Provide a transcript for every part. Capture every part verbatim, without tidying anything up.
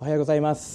おはようございます。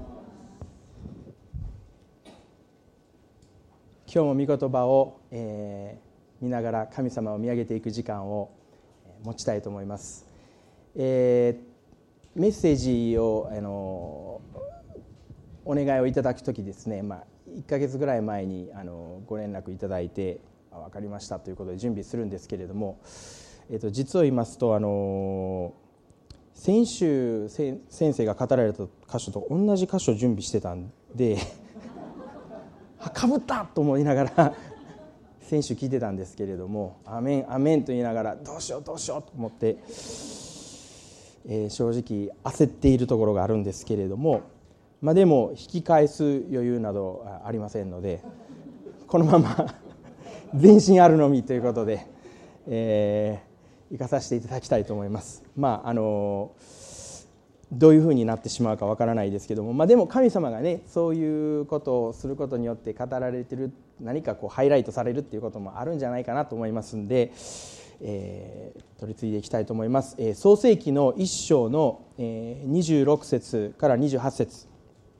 今日も御言葉を、えー、見ながら神様を見上げていく時間を持ちたいと思います。えー、メッセージを、あのお願いをいただくときですね、まあ、いっかげつぐらい前にあのご連絡いただいて分かりましたということで準備するんですけれども、えー、と実を言いますとあの先週先生が語られた箇所と同じ箇所を準備してたんでかぶったと思いながら先週聞いてたんですけれども、アメンアメンと言いながらどうしようどうしようと思って、えー、正直焦っているところがあるんですけれども、まあ、でも引き返す余裕などありませんので、このまま前進あるのみということで、えー行かさせていただきたいと思います。まああのどういうふうになってしまうかわからないですけども、まあ、でも神様がねそういうことをすることによって語られている何かこうハイライトされるっていうこともあるんじゃないかなと思いますんで、えー、取り次いでいきたいと思います。えー、創世記の一章の、えー、にじゅうろく節からにじゅうはち節。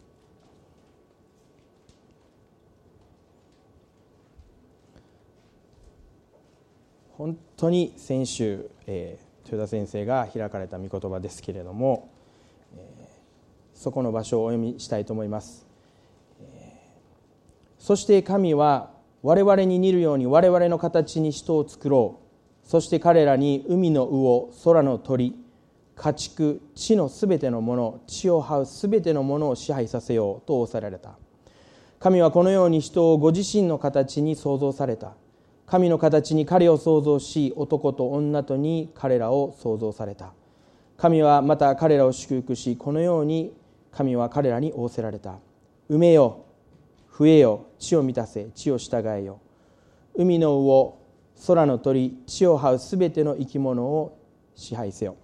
本当に先週、えー、豊田先生が開かれた御言葉ですけれども、えー、そこの場所をお読みしたいと思います。えー、そして神は我々に似るように我々の形に人を作ろう。そして彼らに海の魚、空の鳥、家畜、地のすべてのもの、地を這うすべてのものを支配させようと仰せられた。神はこのように人をご自身の形に創造された。神の形に彼を創造し、男と女とに彼らを創造された。神はまた彼らを祝福し、このように神は彼らに仰せられた。埋めよ、増えよ、地を満たせ、地を従えよ。海の魚、空の鳥、地を這うすべての生き物を支配せよ。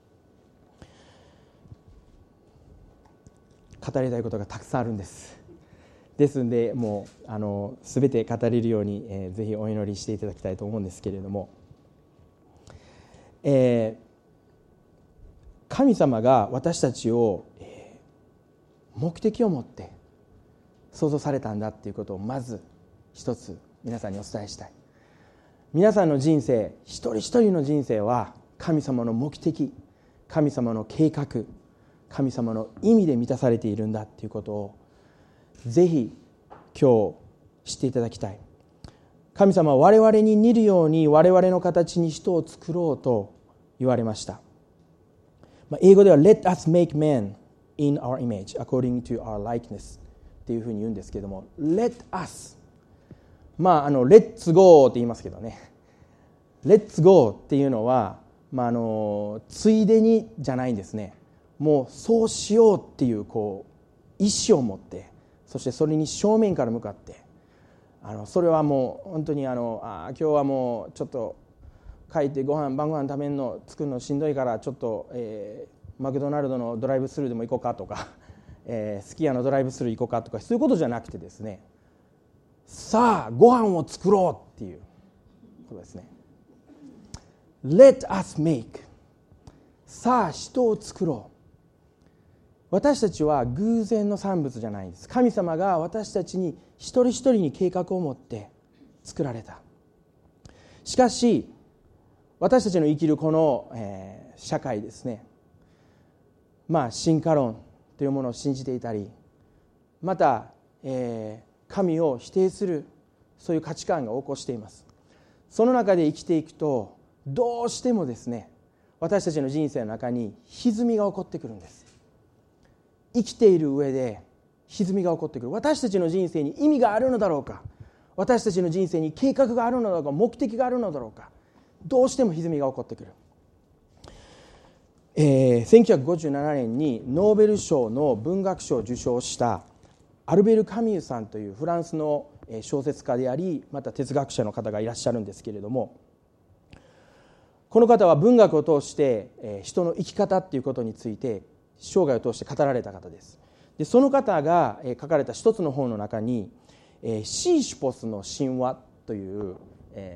語りたいことがたくさんあるんです。ですのでもうあの全て語れるように、えー、ぜひお祈りしていただきたいと思うんですけれども、えー、神様が私たちを、えー、目的を持って創造されたんだっていうことをまず一つ皆さんにお伝えしたい。皆さんの人生一人一人の人生は神様の目的、神様の計画、神様の意味で満たされているんだっていうことをぜひ今日知っていただきたい。神様は我々に似るように我々の形に人を作ろうと言われました。英語では Let us make man in our image according to our likeness っていうふうに言うんですけれども、 Let us、 まああの Let's go って言いますけどね、 Let's go っていうのは、まあ、あのついでにじゃないんですね。もうそうしようっていうこう意志を持って、そしてそれに正面から向かって、あのそれはもう本当にあのあ今日はもうちょっと帰ってご飯晩ご飯食べるの作るのしんどいからちょっと、えー、マクドナルドのドライブスルーでも行こうかとか、えー、すき家のドライブスルー行こうかとか、そういうことじゃなくてですね、さあご飯を作ろうっていうことですね。 Let us make、 さあ人を作ろう。私たちは偶然の産物じゃないんです。神様が私たちに一人一人に計画を持って作られた。しかし私たちの生きるこの、えー、社会ですね、まあ進化論というものを信じていたり、また、えー、神を否定するそういう価値観が起こしています。その中で生きていくとどうしてもですね、私たちの人生の中に歪みが起こってくるんです。生きている上で歪みが起こってくる。私たちの人生に意味があるのだろうか、私たちの人生に計画があるのだろうか、目的があるのだろうか、どうしても歪みが起こってくる。えー、せんきゅうひゃくごじゅうななねんにノーベル賞の文学賞を受賞したアルベル・カミューさんというフランスの小説家であり、また哲学者の方がいらっしゃるんですけれども、この方は文学を通して人の生き方っていうことについて生涯を通して語られた方です。でその方が書かれた一つの本の中にシーシュポスの神話という、え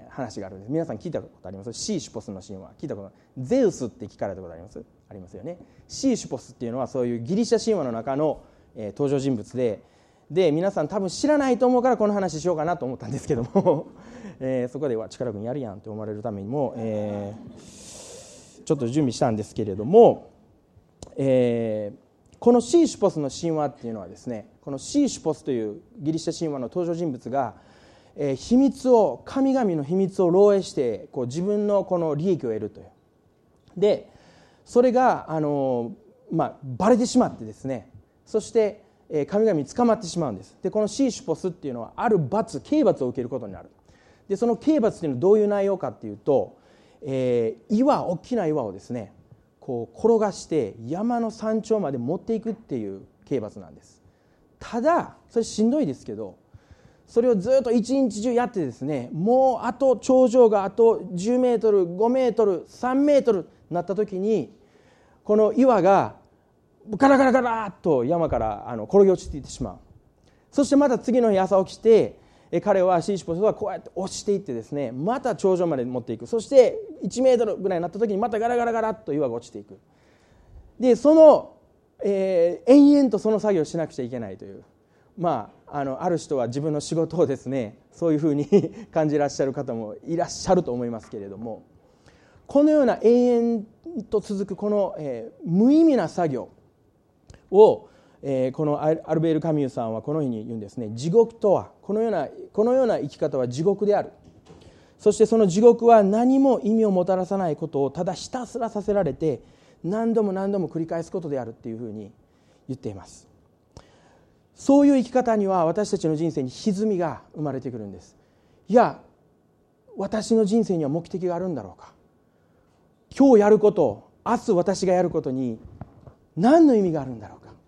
話があるんです。皆さん聞いたことあります？シーシュポスの神話聞いたことない？ゼウスって聞かれたことあります？ありますよね。シーシュポスっていうのはそういうギリシャ神話の中の、えー、登場人物でで皆さん多分知らないと思うからこの話しようかなと思ったんですけども、えー、そこでは力君やるやんって思われるためにも、えー、ちょっと準備したんですけれども、えー、このシーシュポスの神話っていうのはですね、このシーシュポスというギリシャ神話の登場人物が、えー、秘密を神々の秘密を漏洩してこう自分のこの利益を得るというで、それがあの、まあ、バレてしまってですね、そして神々に捕まってしまうんです。でこのシーシュポスっていうのはある罰、刑罰を受けることになる。でその刑罰っていうのはどういう内容かっていうと、えー、岩大きな岩をですねこう転がして山の山頂まで持っていくっていう刑罰なんです。ただそれしんどいですけど、それをずっと一日中やってですね、もうあと頂上があとじゅうメートル、ごメートル、さんメートルなった時に、この岩がガラガラガラっと山からあの転げ落ちていってしまう。そしてまた次の日朝起きて、彼はシーシュポスはこうやって押していってですね、また頂上まで持っていく。そしていちメートルぐらいになった時にまたガラガラガラっと岩が落ちていく。でその、えー、延々とその作業をしなくちゃいけないという、まあ、あのある人は自分の仕事をですねそういうふうに感じらっしゃる方もいらっしゃると思いますけれども、このような延々と続くこの、えー、無意味な作業を、えー、このアルベール・カミューさんはこのように言うんですね。地獄とはこのようなこのような生き方は地獄である。そしてその地獄は何も意味をもたらさないことをただひたすらさせられて何度も何度も繰り返すことであるっていうふうに言っています。そういう生き方には私たちの人生に歪みが生まれてくるんです。いや、私の人生には目的があるんだろうか。今日やること、明日私がやることに何の意味があるんだろうか。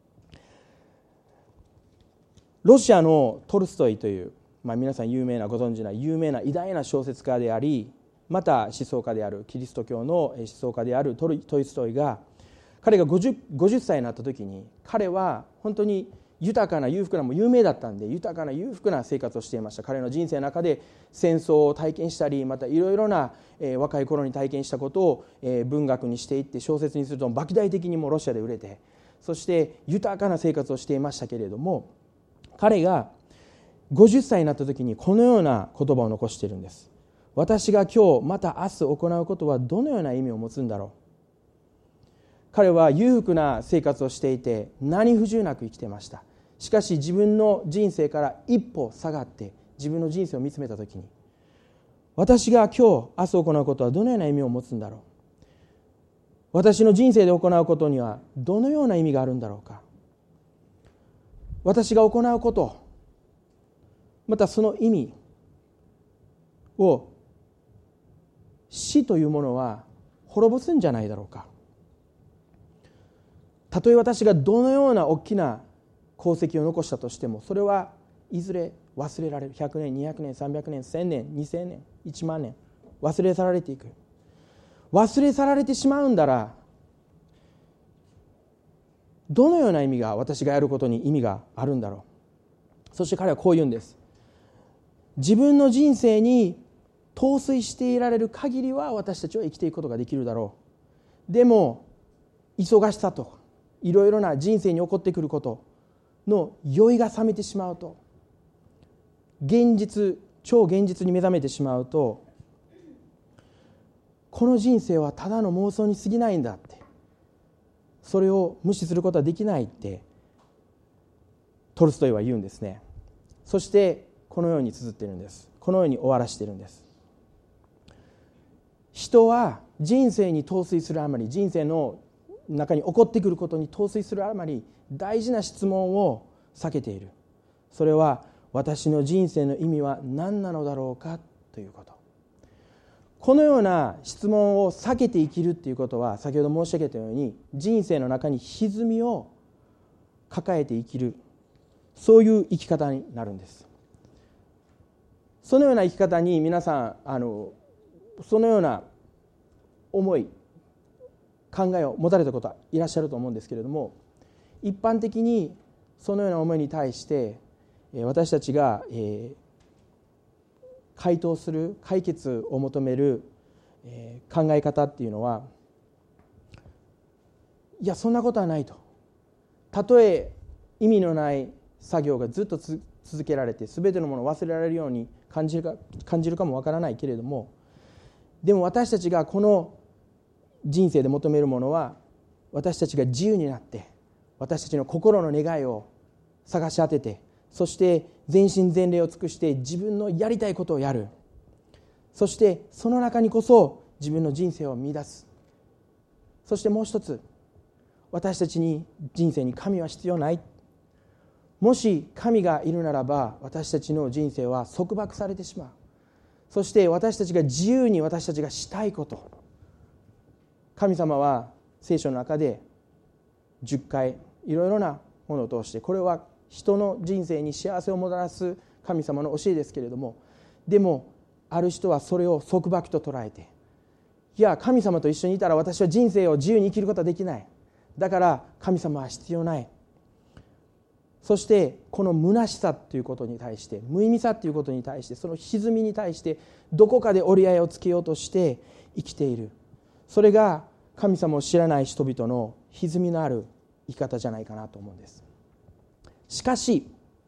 ロシアのトルストイという、まあ、皆さん有名なご存知な有名な偉大な小説家であり、また思想家であるキリスト教の思想家であるトルストイが、彼が 50, 50歳になった時に、彼は本当に豊かな裕福な、もう有名だったんで豊かな裕福な生活をしていました。彼の人生の中で戦争を体験したり、またいろいろな、えー、若い頃に体験したことを、えー、文学にしていって小説にすると莫大的にもロシアで売れて、そして豊かな生活をしていましたけれども、彼がごじゅっさいになった時にこのような言葉を残しているんです。私が今日また明日行うことはどのような意味を持つんだろう。彼は裕福な生活をしていて何不自由なく生きていました。しかし自分の人生から一歩下がって自分の人生を見つめたときに、私が今日明日行うことはどのような意味を持つんだろう。私の人生で行うことにはどのような意味があるんだろうか。私が行うこと、またその意味を、死というものは滅ぼすんじゃないだろうか。たとえ私がどのような大きな功績を残したとしても、それはいずれ忘れられる。ひゃくねん、にひゃくねん、さんびゃくねん、せんねん、にせんねん、いちまんねん忘れ去られていく。忘れ去られてしまうんだら、どのような意味が、私がやることに意味があるんだろう。そして彼はこう言うんです。自分の人生に陶酔していられる限りは私たちは生きていくことができるだろう。でも忙しさといろいろな人生に起こってくることの酔いが覚めてしまうと、現実超現実に目覚めてしまうと、この人生はただの妄想に過ぎないんだって、それを無視することはできないってトルストイは言うんですね。そしてこのように綴っているんです。このように終わらしているんです。人は人生に陶酔するあまり、人生の中に起こってくることに陶酔するあまり、大事な質問を避けている。それは、私の人生の意味は何なのだろうかということ。このような質問を避けて生きるということは、先ほど申し上げたように人生の中に歪みを抱えて生きる、そういう生き方になるんです。そのような生き方に皆さん、あのそのような思い、考えを持たれた方いらっしゃると思うんですけれども、一般的にそのような思いに対して私たちが回答する解決を求める、えー、考え方っていうのは、いやそんなことはないと。たとえ意味のない作業がずっとつ続けられて全てのものを忘れられるように感じるか、感じるかもわからないけれども、でも私たちがこの人生で求めるものは、私たちが自由になって私たちの心の願いを探し当てて、そして全身全霊を尽くして自分のやりたいことをやる。そしてその中にこそ自分の人生を見出す。そしてもう一つ、私たちに人生に神は必要ない。もし神がいるならば私たちの人生は束縛されてしまう。そして私たちが自由に私たちがしたいこと、神様は聖書の中でじゅっかいいろいろなものを通して、これは人の人生に幸せをもたらす神様の教えですけれども、でもある人はそれを束縛と捉えて、いや神様と一緒にいたら私は人生を自由に生きることはできない、だから神様は必要ない。そしてこの虚しさということに対して、無意味さということに対して、その歪みに対してどこかで折り合いをつけようとして生きている。それが神様を知らない人々の歪みのある生き方じゃないかなと思うんです。しかし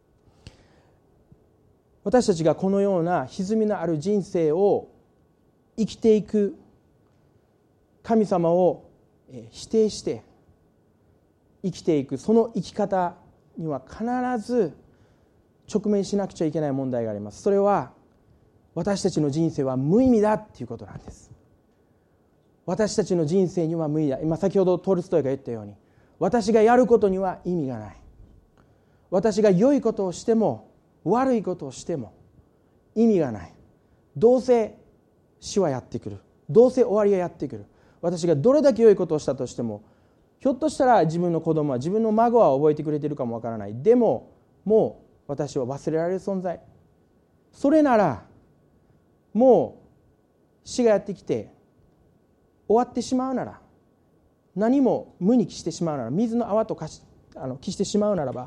私たちがこのような歪みのある人生を生きていく、神様を否定して生きていく、その生き方には必ず直面しなくちゃいけない問題があります。それは私たちの人生は無意味だっていうことなんです。私たちの人生には無意味だ。今先ほどトルストイが言ったように、私がやることには意味がない。私が良いことをしても悪いことをしても意味がない。どうせ死はやってくる。どうせ終わりがやってくる。私がどれだけ良いことをしたとしても、ひょっとしたら自分の子供は、自分の孫は覚えてくれているかもわからない。でももう私は忘れられる存在。それならもう死がやってきて終わってしまうなら、何も無に帰してしまうなら、水の泡と化しあの帰してしまうならば、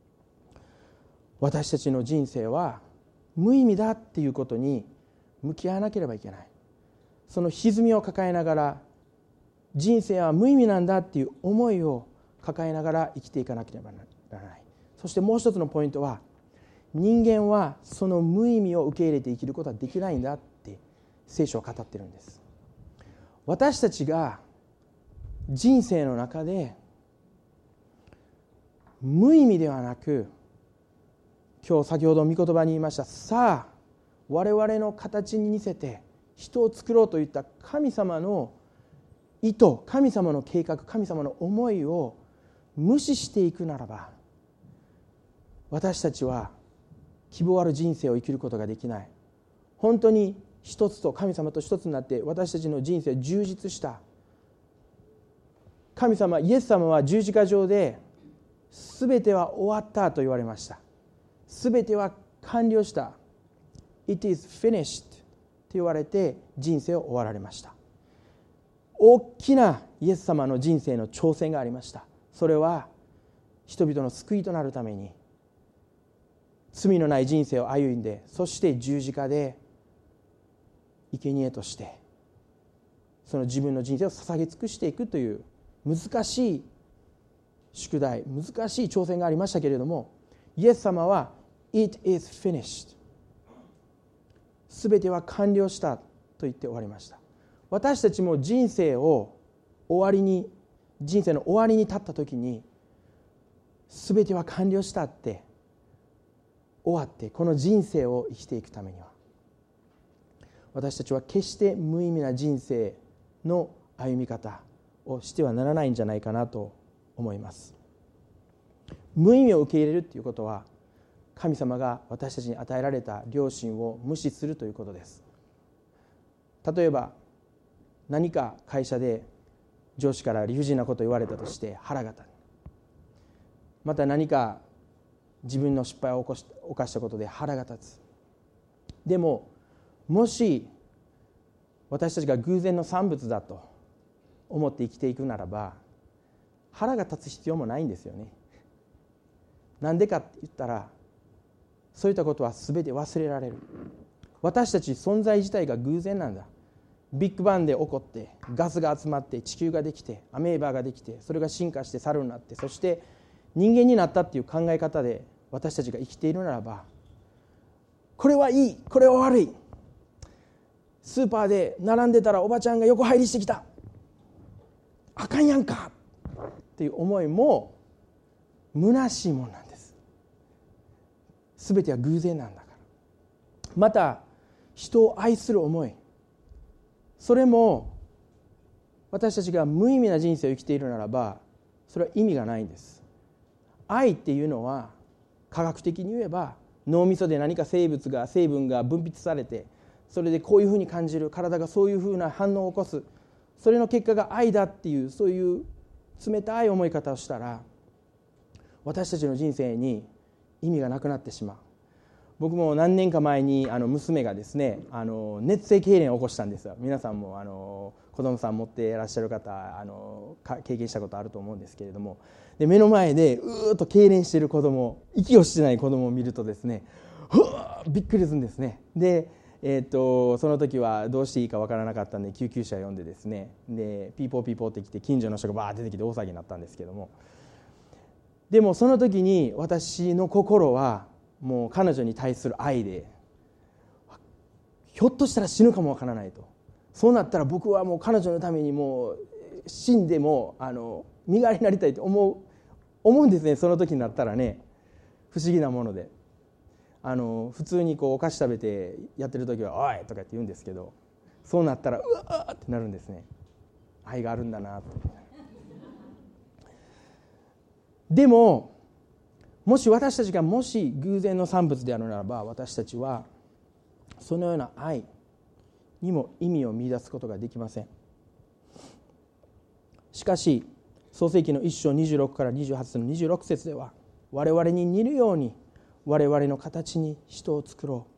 私たちの人生は無意味だっていうことに向き合わなければいけない。その歪みを抱えながら、人生は無意味なんだっていう思いを抱えながら生きていかなければならない。そしてもう一つのポイントは、人間はその無意味を受け入れて生きることはできないんだって聖書は語ってるんです。私たちが人生の中で無意味ではなく、今日先ほど御言葉に言いました、さあ我々の形に似せて人を作ろうといった神様の意図、神様の計画、神様の思いを無視していくならば、私たちは希望ある人生を生きることができない。本当に一つと神様と一つになって私たちの人生を充実した、神様イエス様は十字架上で全ては終わったと言われました。全ては完了した、 It is finished と言われて人生を終わられました。大きなイエス様の人生の挑戦がありました。それは人々の救いとなるために罪のない人生を歩んで、そして十字架で生贄としてその自分の人生を捧げ尽くしていくという難しい宿題、難しい挑戦がありましたけれども、イエス様は It is finished、 すべては完了したと言って終わりました。私たちも人生を終わりに、人生の終わりに立った時に、すべては完了したって終わって、この人生を生きていくためには、私たちは決して無意味な人生の歩み方をしてはならないんじゃないかなと思います。無意味を受け入れるということは、神様が私たちに与えられた良心を無視するということです。例えば何か会社で上司から理不尽なことを言われたとして腹が立つ。また何か自分の失敗を起こし犯したことで腹が立つ。でももし私たちが偶然の産物だと思って生きていくならば、腹が立つ必要もないんですよね。なんでかって言ったら、そういったことは全て忘れられる。 私たち存在自体が偶然なんだ。ビッグバンで起こってガスが集まって地球ができてアメーバができて、それが進化して猿になって、そして人間になったっていう考え方で私たちが生きているならば、これはいい、これは悪い、スーパーで並んでたらおばちゃんが横入りしてきた、あかんやんかっていう思いも虚しいものなんです。すべては偶然なんだから。また人を愛する思い、それも私たちが無意味な人生を生きているならば、それは意味がないんです。愛っていうのは科学的に言えば、脳みそで何か生物が成分が分泌されて、それでこういうふうに感じる、体がそういうふうな反応を起こす、それの結果が愛だっていう、そういう冷たい思い方をしたら、私たちの人生に意味がなくなってしまう。僕も何年か前にあの娘がですね、あの熱性痙攣を起こしたんですよ。皆さんもあの子供さん持っていらっしゃる方、あの経験したことあると思うんですけれども、で目の前でうーっと痙攣している子供、息をしてない子供を見るとですね、ふわーびっくりするんですね。で、えー、とその時はどうしていいかわからなかったんで救急車を呼んでですね、でピーポーピーポーって来て近所の人がバーって出てきて大騒ぎになったんですけども、でもその時に私の心はもう彼女に対する愛で、ひょっとしたら死ぬかもわからないと、そうなったら僕はもう彼女のためにもう死んでもあの身代わりになりたいと思う思うんですね。その時になったらね、不思議なもので、あの普通にこうお菓子食べてやってる時は「おい!」とかって言うんですけど、そうなったら「うわー!」ってなるんですね。愛があるんだなと。でももし私たちがもし偶然の産物であるならば、私たちはそのような愛にも意味を見出すことができません。しかし創世記のいっ章にじゅうろくからにじゅうはち節のにじゅうろく節では、我々に似るように我々の形に人を作ろ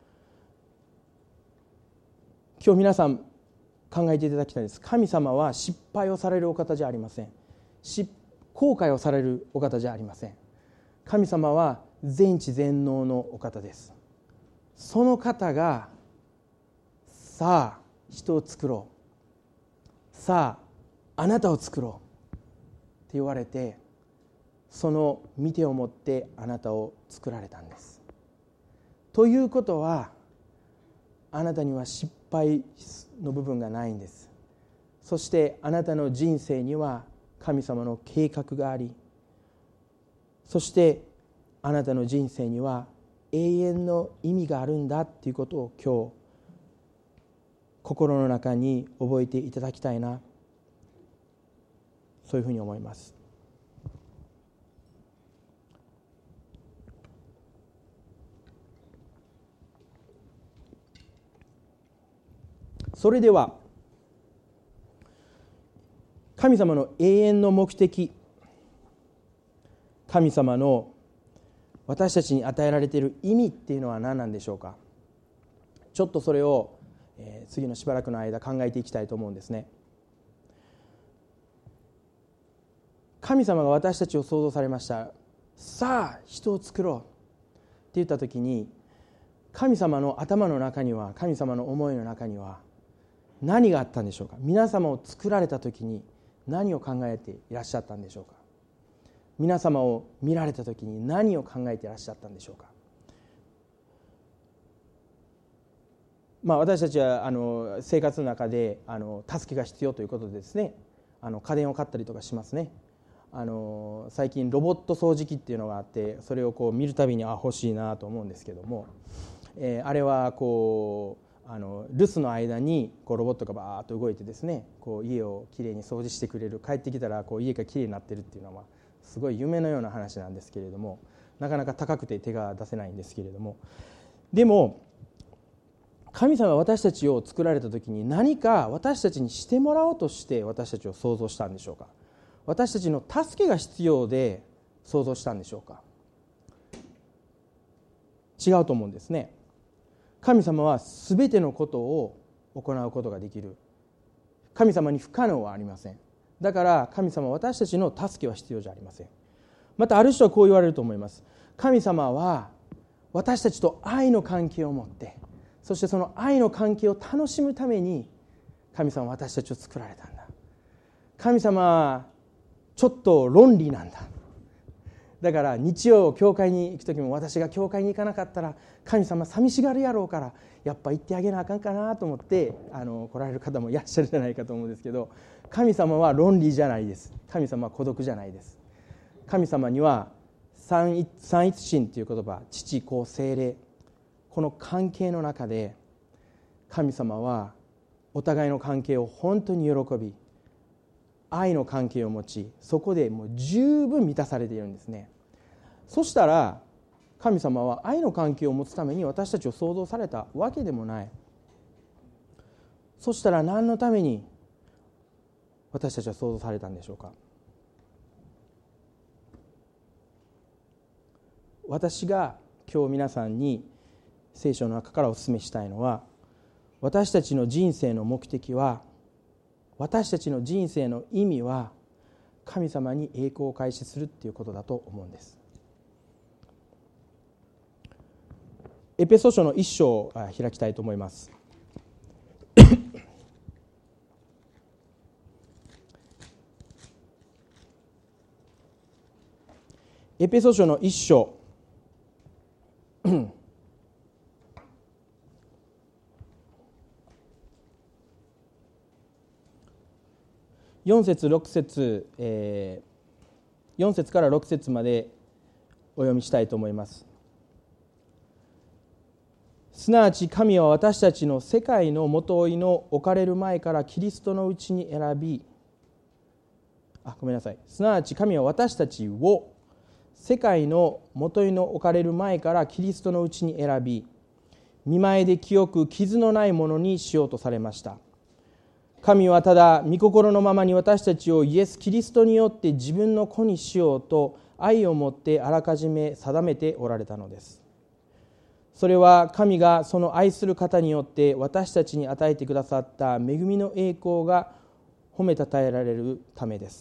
う。今日皆さん考えていただきたいです。神様は失敗をされるお方じゃありません。後悔をされるお方じゃありません。神様は全知全能のお方です。その方が、さあ人を作ろう、さああなたを作ろうって言われて、その御手を持ってあなたを作られたんです。ということは、あなたには失敗の部分がないんです。そしてあなたの人生には神様の計画があり、そしてあなたの人生には永遠の意味があるんだということを今日心の中に覚えていただきたいな、そういうふうに思います。それでは神様の永遠の目的、神様の私たちに与えられている意味っていうのは何なんでしょうか。ちょっとそれを、えー、次のしばらくの間考えていきたいと思うんですね。神様が私たちを創造されました。さあ人を作ろうって言った時に、神様の頭の中には、神様の思いの中には何があったんでしょうか。皆様を作られた時に何を考えていらっしゃったんでしょうか。皆様を見られた時に何を考えていらっしゃったんでしょうか。まあ、私たちはあの生活の中であの助けが必要ということでですね、あの家電を買ったりとかしますね。あの最近ロボット掃除機っていうのがあって、それをこう見るたびにあ欲しいなと思うんですけども、えー、あれはこうあの留守の間にこうロボットがバーッと動いてですね、こう家をきれいに掃除してくれる、帰ってきたらこう家がきれいになってるっていうのはすごい夢のような話なんですけれども、なかなか高くて手が出せないんですけれども、でも神様は私たちを作られた時に何か私たちにしてもらおうとして私たちを創造したんでしょうか。私たちの助けが必要で創造したんでしょうか。違うと思うんですね。神様はすべてのことを行うことができる。神様に不可能はありません。だから神様は私たちの助けは必要じゃありません。またある人はこう言われると思います。神様は私たちと愛の関係を持って、 そしてその愛の関係を楽しむために神様は私たちを作られたんだ。神様はちょっと論理なんだ。だから日曜教会に行く時も、私が教会に行かなかったら神様寂しがるやろうから、やっぱ行ってあげなあかんかなと思ってあの来られる方もいらっしゃるんじゃないかと思うんですけど、神様は論理じゃないです。神様は孤独じゃないです。神様には三一三一神という言葉、父子聖霊、この関係の中で神様はお互いの関係を本当に喜び、愛の関係を持ち、そこでもう十分満たされているんですね。そしたら神様は愛の関係を持つために私たちを創造されたわけでもない。そしたら何のために私たちは創造されたんでしょうか。私が今日皆さんに聖書の中からお勧めしたいのは、私たちの人生の目的は、私たちの人生の意味は神様に栄光を開始するっていうことだと思うんです。エペソ書の一章を開きたいと思います。エペソ書の一章よん節ろく節、えー、よん節からろく節までお読みしたいと思います。すなわち神は私たちの世界のもといの置かれる前からキリストのうちに選び、あ、ごめんなさい。すなわち神は私たちを世界のもといの置かれる前からキリストのうちに選び、見前で清く傷のないものにしようとされました。神はただ御心のままに私たちをイエス・キリストによって自分の子にしようと愛をもってあらかじめ定めておられたのです。それは神がその愛する方によって私たちに与えてくださった恵みの栄光が褒めたたえられるためです。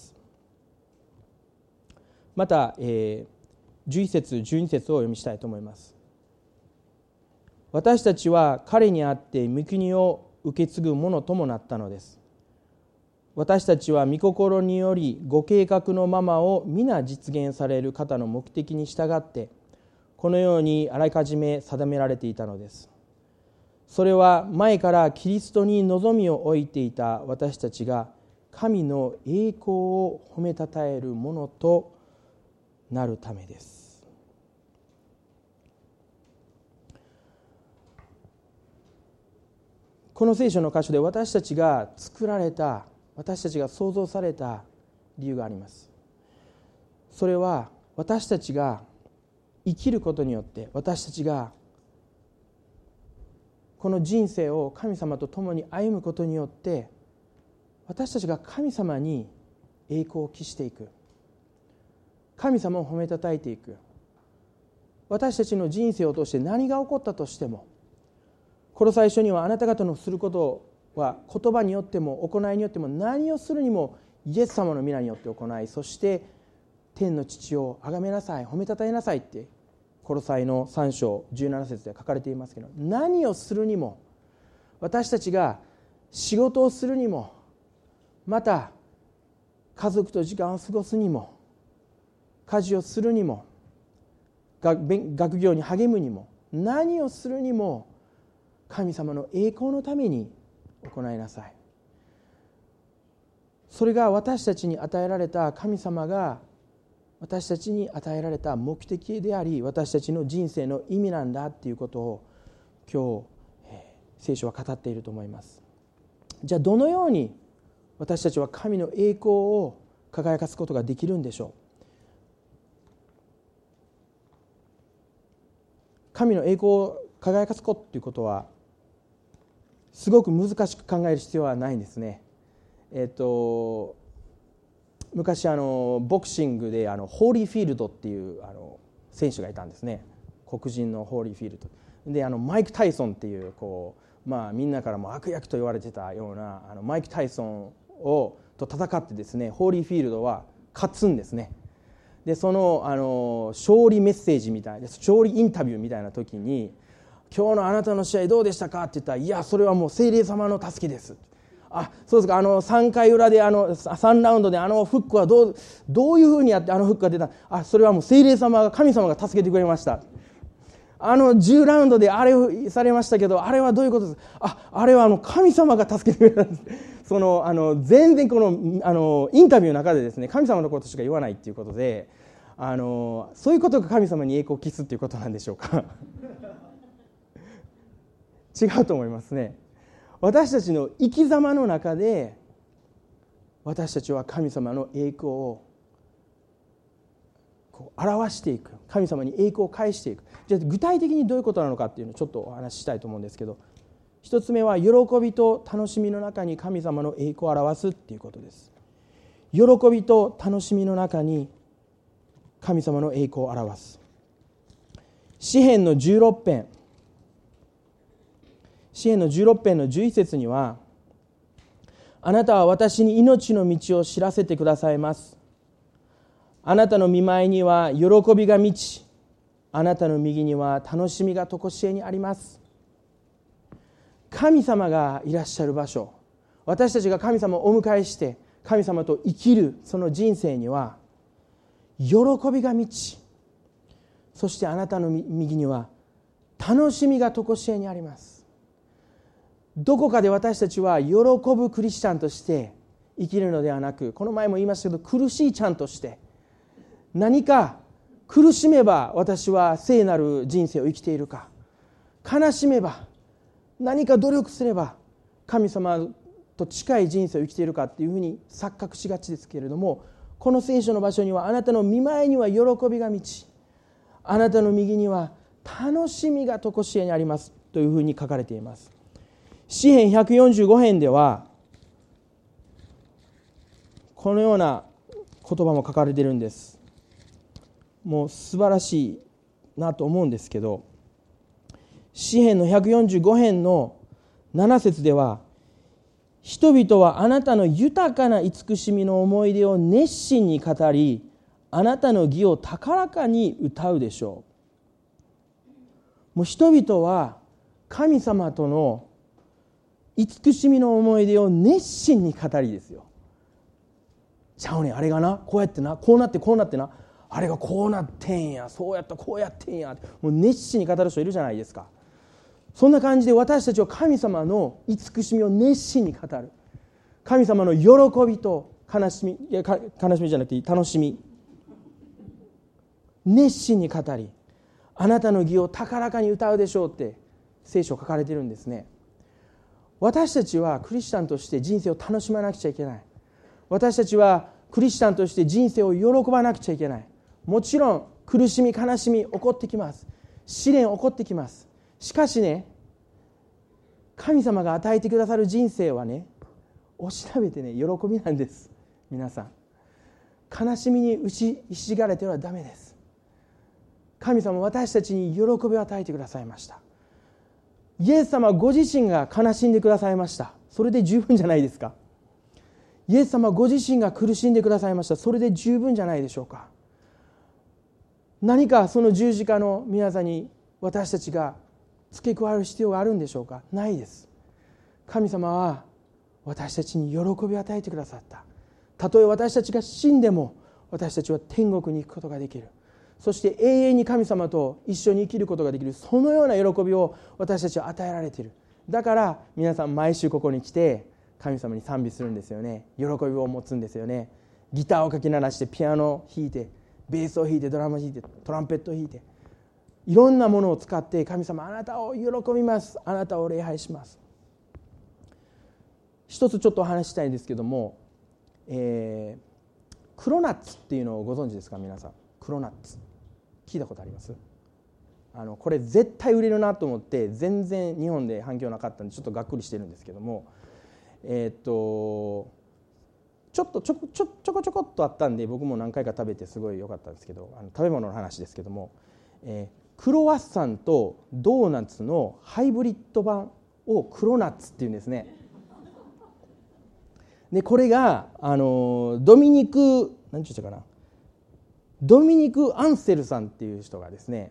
また、えー、じゅういち節じゅうに節をお読みしたいと思います。私たちは彼にあって御国を受け継ぐものともなったのです。私たちは御心によりご計画のままを皆実現される方の目的に従ってこのようにあらかじめ定められていたのです。それは前からキリストに望みを置いていた私たちが神の栄光を褒めたたえるものとなるためです。この聖書の箇所で私たちが作られた、私たちが創造された理由があります。それは私たちが生きることによって、私たちがこの人生を神様と共に歩むことによって、私たちが神様に栄光を期していく、神様を褒めたたえていく。私たちの人生を通して何が起こったとしても、この最初にはあなた方のすることは言葉によっても行いによっても何をするにもイエス様の皆によって行い、そして天の父を崇めなさい、褒めたたえなさいってコロサイのさん章じゅうなな節で書かれていますけど、何をするにも、私たちが仕事をするにも、また家族と時間を過ごすにも、家事をするにも、学業に励むにも、何をするにも神様の栄光のために行いなさい。それが私たちに与えられた、神様が私たちに与えられた目的であり、私たちの人生の意味なんだということを今日、えー、聖書は語っていると思います。じゃあどのように私たちは神の栄光を輝かすことができるんでしょう。神の栄光を輝かすことということはすごく難しく考える必要はないんですね。えっと昔あのボクシングであのホーリーフィールドっていうあの選手がいたんですね。黒人のホーリーフィールドで、あのマイク・タイソンっていうこう、まあ、みんなからも悪役と言われてたようなあのマイク・タイソンをと戦ってですね、ホーリーフィールドは勝つんですね。でそのあの勝利メッセージみたいな、勝利インタビューみたいな時に、 今日のあなたの試合どうでしたかって言ったら、いやそれはもう聖霊様の助けです。あ、そうですか、あのさんかい裏であのさんラウンドであのフックはどう、どういうふうにやってあのフックが出た、あ、それはもう聖霊様が、神様が助けてくれました。あのじゅうラウンドであれをされましたけど、あれはどういうことです。あ、あれはあの神様が助けてくれたんです。そのあの全然このあのインタビューの中でですね、神様のことしか言わないっていうことで、あのそういうことが神様に栄光を期すっていうことなんでしょうか。違うと思いますね。私たちの生き様の中で、私たちは神様の栄光をこう表していく、神様に栄光を返していく。じゃあ具体的にどういうことなのかっていうのをちょっとお話ししたいと思うんですけど、一つ目は喜びと楽しみの中に神様の栄光を表すっていうことです。喜びと楽しみの中に神様の栄光を表す。詩編のじゅうろく編、詩編のじゅうろく編のじゅういち節には、あなたは私に命の道を知らせてくださいます。あなたの御前には喜びが満ち、あなたの右には楽しみが常しえにあります。神様がいらっしゃる場所、私たちが神様をお迎えして神様と生きるその人生には喜びが満ち、そしてあなたの右には楽しみが常しえにあります。どこかで私たちは喜ぶクリスチャンとして生きるのではなく、この前も言いましたけど、苦しいちゃんとして、何か苦しめば私は聖なる人生を生きているか、悲しめば何か努力すれば神様と近い人生を生きているかっていうふうに錯覚しがちですけれども、この聖書の場所には、あなたの御前には喜びが満ち、あなたの右には楽しみが常しえにありますというふうに書かれています。詩編ひゃくよんじゅうご編ではこのような言葉も書かれているんです。もう素晴らしいなと思うんですけど、詩編のひゃくよんじゅうご編のなな節では、人々はあなたの豊かな慈しみの思い出を熱心に語り、あなたの義を高らかに歌うでしょう。もう人々は神様との慈しみの思い出を熱心に語りですよ。ちゃうねん、あれがな、こうやってな、こうなってこうなってな、あれがこうなってんや、そうやったこうやってんや、もう熱心に語る人いるじゃないですか。そんな感じで私たちは神様の慈しみを熱心に語る。神様の喜びと悲しみ、いや悲しみじゃなくて楽しみ、熱心に語り、あなたの義を高らかに歌うでしょうって聖書書かれているんですね。私たちはクリスチャンとして人生を楽しまなくちゃいけない。私たちはクリスチャンとして人生を喜ばなくちゃいけない。もちろん苦しみ悲しみ起こってきます。試練起こってきます。しかしね、神様が与えてくださる人生はね、お調べてね、喜びなんです。皆さん、悲しみに打ちひしがれてはダメです。神様は私たちに喜びを与えてくださいました。イエス様ご自身が悲しんでくださいました。それで十分じゃないですか。イエス様ご自身が苦しんでくださいました。それで十分じゃないでしょうか。何かその十字架の御業に私たちが付け加える必要があるんでしょうか。ないです。神様は私たちに喜びを与えてくださった。たとえ私たちが死んでも私たちは天国に行くことができる。そして永遠に神様と一緒に生きることができる、そのような喜びを私たちは与えられている。だから皆さん毎週ここに来て神様に賛美するんですよね。喜びを持つんですよね。ギターをかき鳴らして、ピアノを弾いて、ベースを弾いて、ドラムを弾いて、トランペットを弾いて、いろんなものを使って、神様あなたを喜びます、あなたを礼拝します。一つちょっとお話したいんですけども、えー、クロナッツっていうのをご存知ですか皆さん。クロナッツ聞いたことあります？あのこれ絶対売れるなと思って全然日本で反響なかったんでちょっとがっくりしてるんですけども、えー、っとちょっとちょこちょちょこちょこっとあったんで僕も何回か食べてすごい良かったんですけど、あの食べ物の話ですけども、えー、クロワッサンとドーナツのハイブリッド版をクロナッツっていうんですね。でこれがあのドミニク何て言ったかなドミニク・アンセルさんっていう人がですね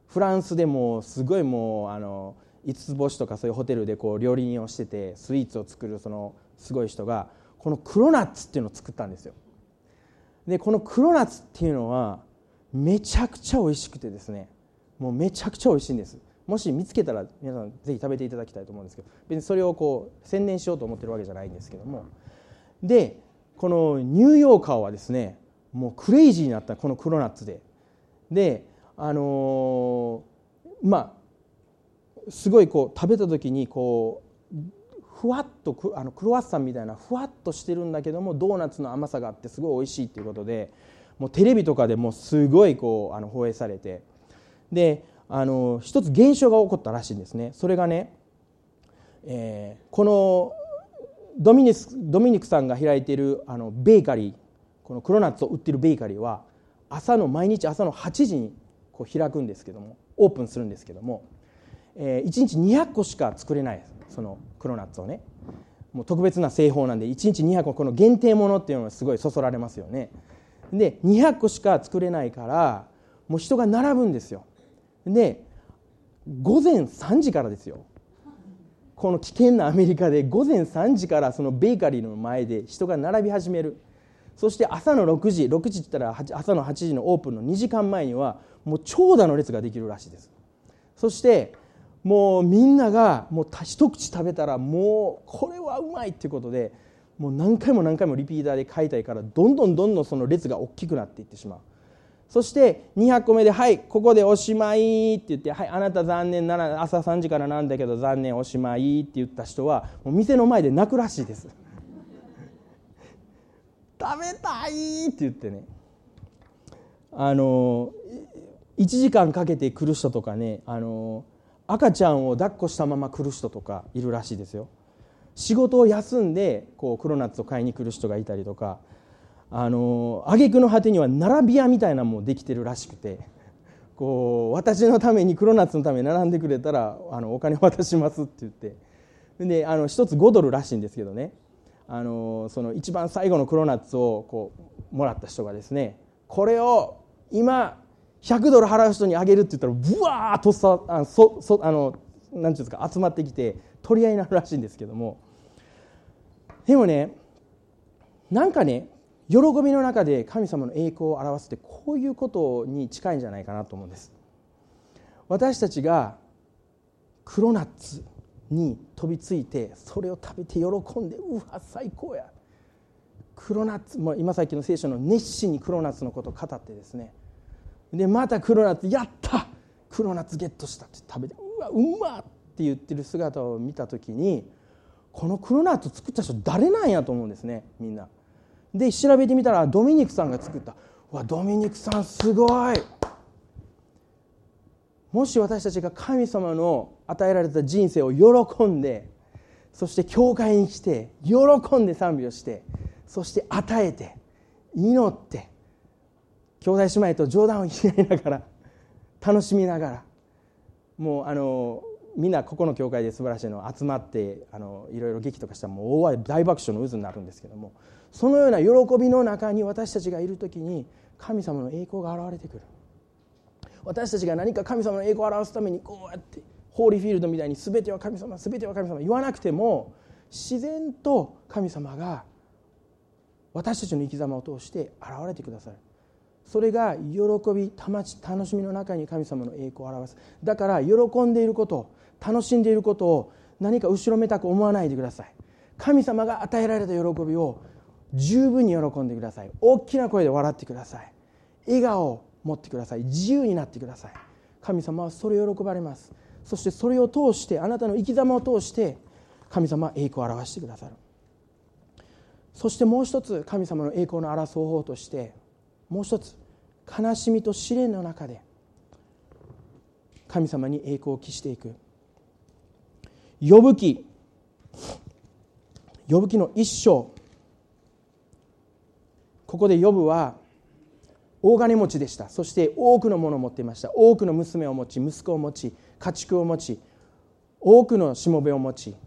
フランスでもすごいもうあの五つ星とかそういうホテルでこう料理人をしててスイーツを作るそのすごい人がこの黒ナッツっていうのを作ったんですよ。でこの黒ナッツっていうのはめちゃくちゃ美味しくてですね、もうめちゃくちゃ美味しいんです。もし見つけたら皆さんぜひ食べていただきたいと思うんですけど、別にそれをこう宣伝しようと思ってるわけじゃないんですけども、でこのニューヨーカーはですねもうクレイジーになったこの黒ナッツで、であのー、まあすごいこう食べた時にこうふわっとあのクロワッサンみたいなふわっとしてるんだけどもドーナツの甘さがあってすごい美味しいっていうことで、もうテレビとかでもすごいこうあの放映されて、であの一つ現象が起こったらしいんですね。それがね、えー、このドミニクドミニクさんが開いているあのベーカリー、この黒ナッツを売っているベーカリーは朝の毎日朝のはちじにこう開くんですけども、オープンするんですけども、えー、いちにちにひゃっこしか作れないです。その黒ナッツをね、もう特別な製法なんでいちにちにひゃっこ、この限定ものっていうのがすごいそそられますよね。でにひゃっこしか作れないからもう人が並ぶんですよ。で午前さんじからですよ、この危険なアメリカで午前さんじからそのベーカリーの前で人が並び始める。そして朝のろくじ、ろくじって言ったら朝のはちじのオープンのにじかんまえにはもう長蛇の列ができるらしいです。そしてもうみんながもう一口食べたらもうこれはうまいっていうことで、もう何回も何回もリピーターで買いたいからどんどんどんどんその列が大きくなっていってしまう。そしてにひゃっこめではいここでおしまいって言って、はいあなた残念なら朝さんじからなんだけど残念おしまいって言った人はもう店の前で泣くらしいです。食べたいって言ってね、あのいちじかんかけて来る人とかね、あの赤ちゃんを抱っこしたまま来る人とかいるらしいですよ。仕事を休んでこう黒ナッツを買いに来る人がいたりとか、あの挙句の果てには並び屋みたいなのもできてるらしくて、こう私のために黒ナッツのために並んでくれたらあのお金渡しますって言って、であの一つごドルらしいんですけどね、あのその一番最後の黒ナッツをこうもらった人がですね、これを今ひゃくドル払う人にあげるって言ったらブワーッとさあのそそあのなんていうんですか集まってきて取り合いになるらしいんですけども、でもねなんかね喜びの中で神様の栄光を表すってこういうことに近いんじゃないかなと思うんです。私たちが黒ナッツに飛びついてそれを食べて喜んでうわ最高や黒ナッツ、もう今さっきの聖書の熱心に黒ナッツのことを語ってですね、でまた黒ナッツやった黒ナッツゲットしたって食べてうわうまって言ってる姿を見たときに、この黒ナッツ作った人誰なんやと思うんですね。みんなで調べてみたらドミニクさんが作った。うわドミニクさんすごい。もし私たちが神様の与えられた人生を喜んで、そして教会に来て喜んで賛美をして、そして与えて祈って兄弟姉妹と冗談を言い合いながら楽しみながら、もうあのみんなここの教会で素晴らしいの集まってあのいろいろ劇とかしたらもう大大爆笑の渦になるんですけども、そのような喜びの中に私たちがいるときに神様の栄光が現れてくる。私たちが何か神様の栄光を表すためにこうやってホーリーフィールドみたいに全ては神様全ては神様言わなくても、自然と神様が私たちの生き様を通して現れてくださる。それが喜び楽しみの中に神様の栄光を表す。だから喜んでいること楽しんでいることを何か後ろめたく思わないでください。神様が与えられた喜びを十分に喜んでください。大きな声で笑ってください。笑顔を持ってください。自由になってください。神様はそれを喜ばれます。そしてそれを通してあなたの生き様を通して神様は栄光を表してくださる。そしてもう一つ神様の栄光の表す方法としてもう一つ、悲しみと試練の中で神様に栄光を期していく。ヨブ記ヨブ記の一章、ここでヨブは大金持ちでした。そして多くのものを持っていました。多くの娘を持ち、息子を持ち、家畜を持ち、多くのしもべを持ち、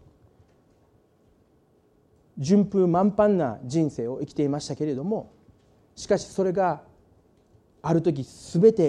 順風満帆な人生を生きていましたけれども、しかしそれがある時すべて